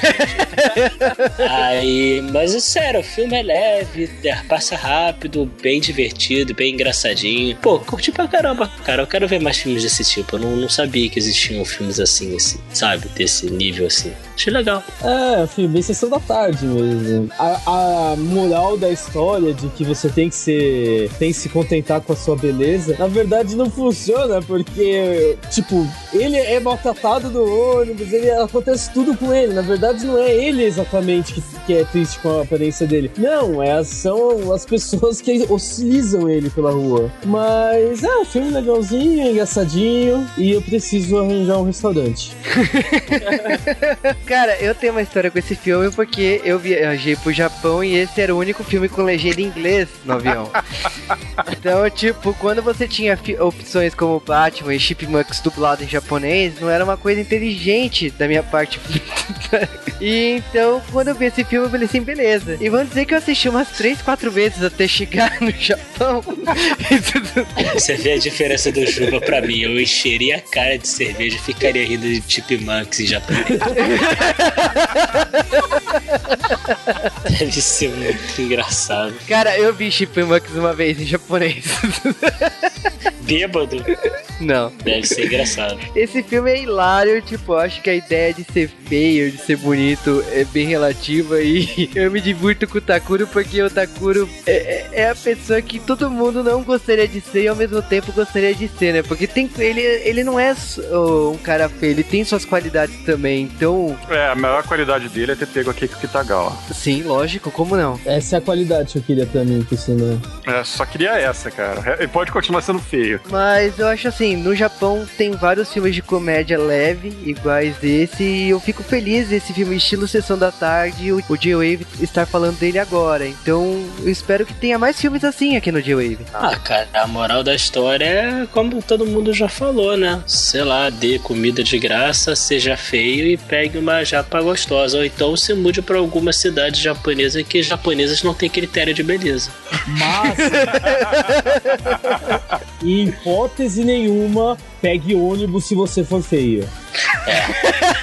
Speaker 4: Aí, mas é sério, o filme é leve, passa rápido, bem divertido, bem engraçadinho. Pô, curti pra caramba. Cara, eu quero ver mais filmes desse tipo. Eu não, não sabia que existiam filmes assim, assim, sabe? Desse nível assim. Achei legal.
Speaker 5: É, filme bem sessão da tarde mesmo. A, a moral da história de que você tem que ser. tem que se contentar com a sua beleza, na verdade não funciona, porque, tipo, ele é maltratado no ônibus, ele, acontece tudo com ele. Na verdade, não é ele exatamente que, que é triste com a aparência dele. Não, é, são as pessoas que hostilizam ele pela rua. Mas é um filme legalzinho, engraçadinho, e eu preciso arranjar um restaurante.
Speaker 1: Cara, eu tenho uma história com esse filme porque eu viajei pro Japão e esse era o único filme com legenda em inglês no avião. Então, tipo, quando você tinha opções como Batman e Chipmunks dublado em japonês, não era uma coisa inteligente da minha parte. E então, quando eu vi esse filme, eu falei assim, beleza. E vamos dizer que eu assisti umas três, quatro vezes até chegar no Japão.
Speaker 4: Você vê a diferença do Juba pra mim. Eu encheria a cara de cerveja e ficaria rindo de Chipmunks em japonês. Deve ser muito engraçado.
Speaker 1: Cara, eu vi Chipmunks uma vez em japonês.
Speaker 4: Bêbado?
Speaker 1: Não.
Speaker 4: Deve ser engraçado.
Speaker 1: Esse filme é hilário, tipo, acho que a ideia de ser feio, de ser bonito é bem relativa e eu me divirto com o Takuro porque o Takuro é, é a pessoa que todo mundo não gostaria de ser e ao mesmo tempo gostaria de ser, né? Porque tem, ele, ele não é um cara feio, ele tem suas qualidades também, então...
Speaker 2: É, a maior qualidade dele é ter pego aqui com o Kitagawa.
Speaker 1: Sim, lógico, como não?
Speaker 5: Essa é a qualidade que eu queria pra mim, por sinal.
Speaker 2: É, só queria essa, cara. Ele pode continuar sendo feio.
Speaker 1: Mas eu acho assim, no Japão tem vários filmes de comédia leve, iguais desse, e eu fico feliz desse filme estilo Sessão da Tarde, o, o J-Wave estar falando dele agora. Então, eu espero que tenha mais filmes assim aqui no J-Wave.
Speaker 4: Ah, cara, a moral da história é como todo mundo já falou, né? Sei lá, dê comida de graça, seja feio e pegue uma japa gostosa. Ou então se mude pra alguma cidade japonesa que japonesas não têm critério de beleza.
Speaker 5: Mas, em hipótese nenhuma, pegue ônibus se você for feio.
Speaker 4: É.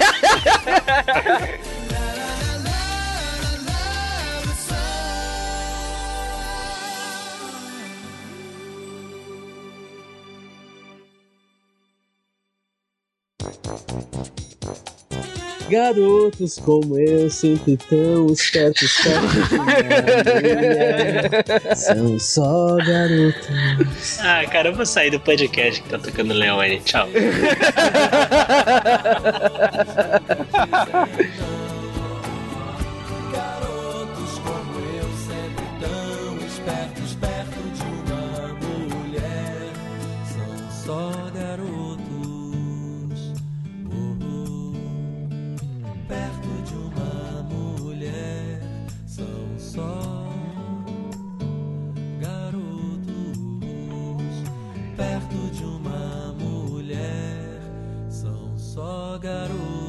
Speaker 5: Garotos como eu, sempre tão espertos, perto de uma mulher. São só garotos.
Speaker 4: Ah, cara, eu vou sair do podcast que tá tocando Leone. Tchau.
Speaker 7: Garotos como eu, sempre tão espertos, perto de uma mulher. São só garotos. Perto de uma mulher, são só garotos. Perto de uma mulher, são só garotos.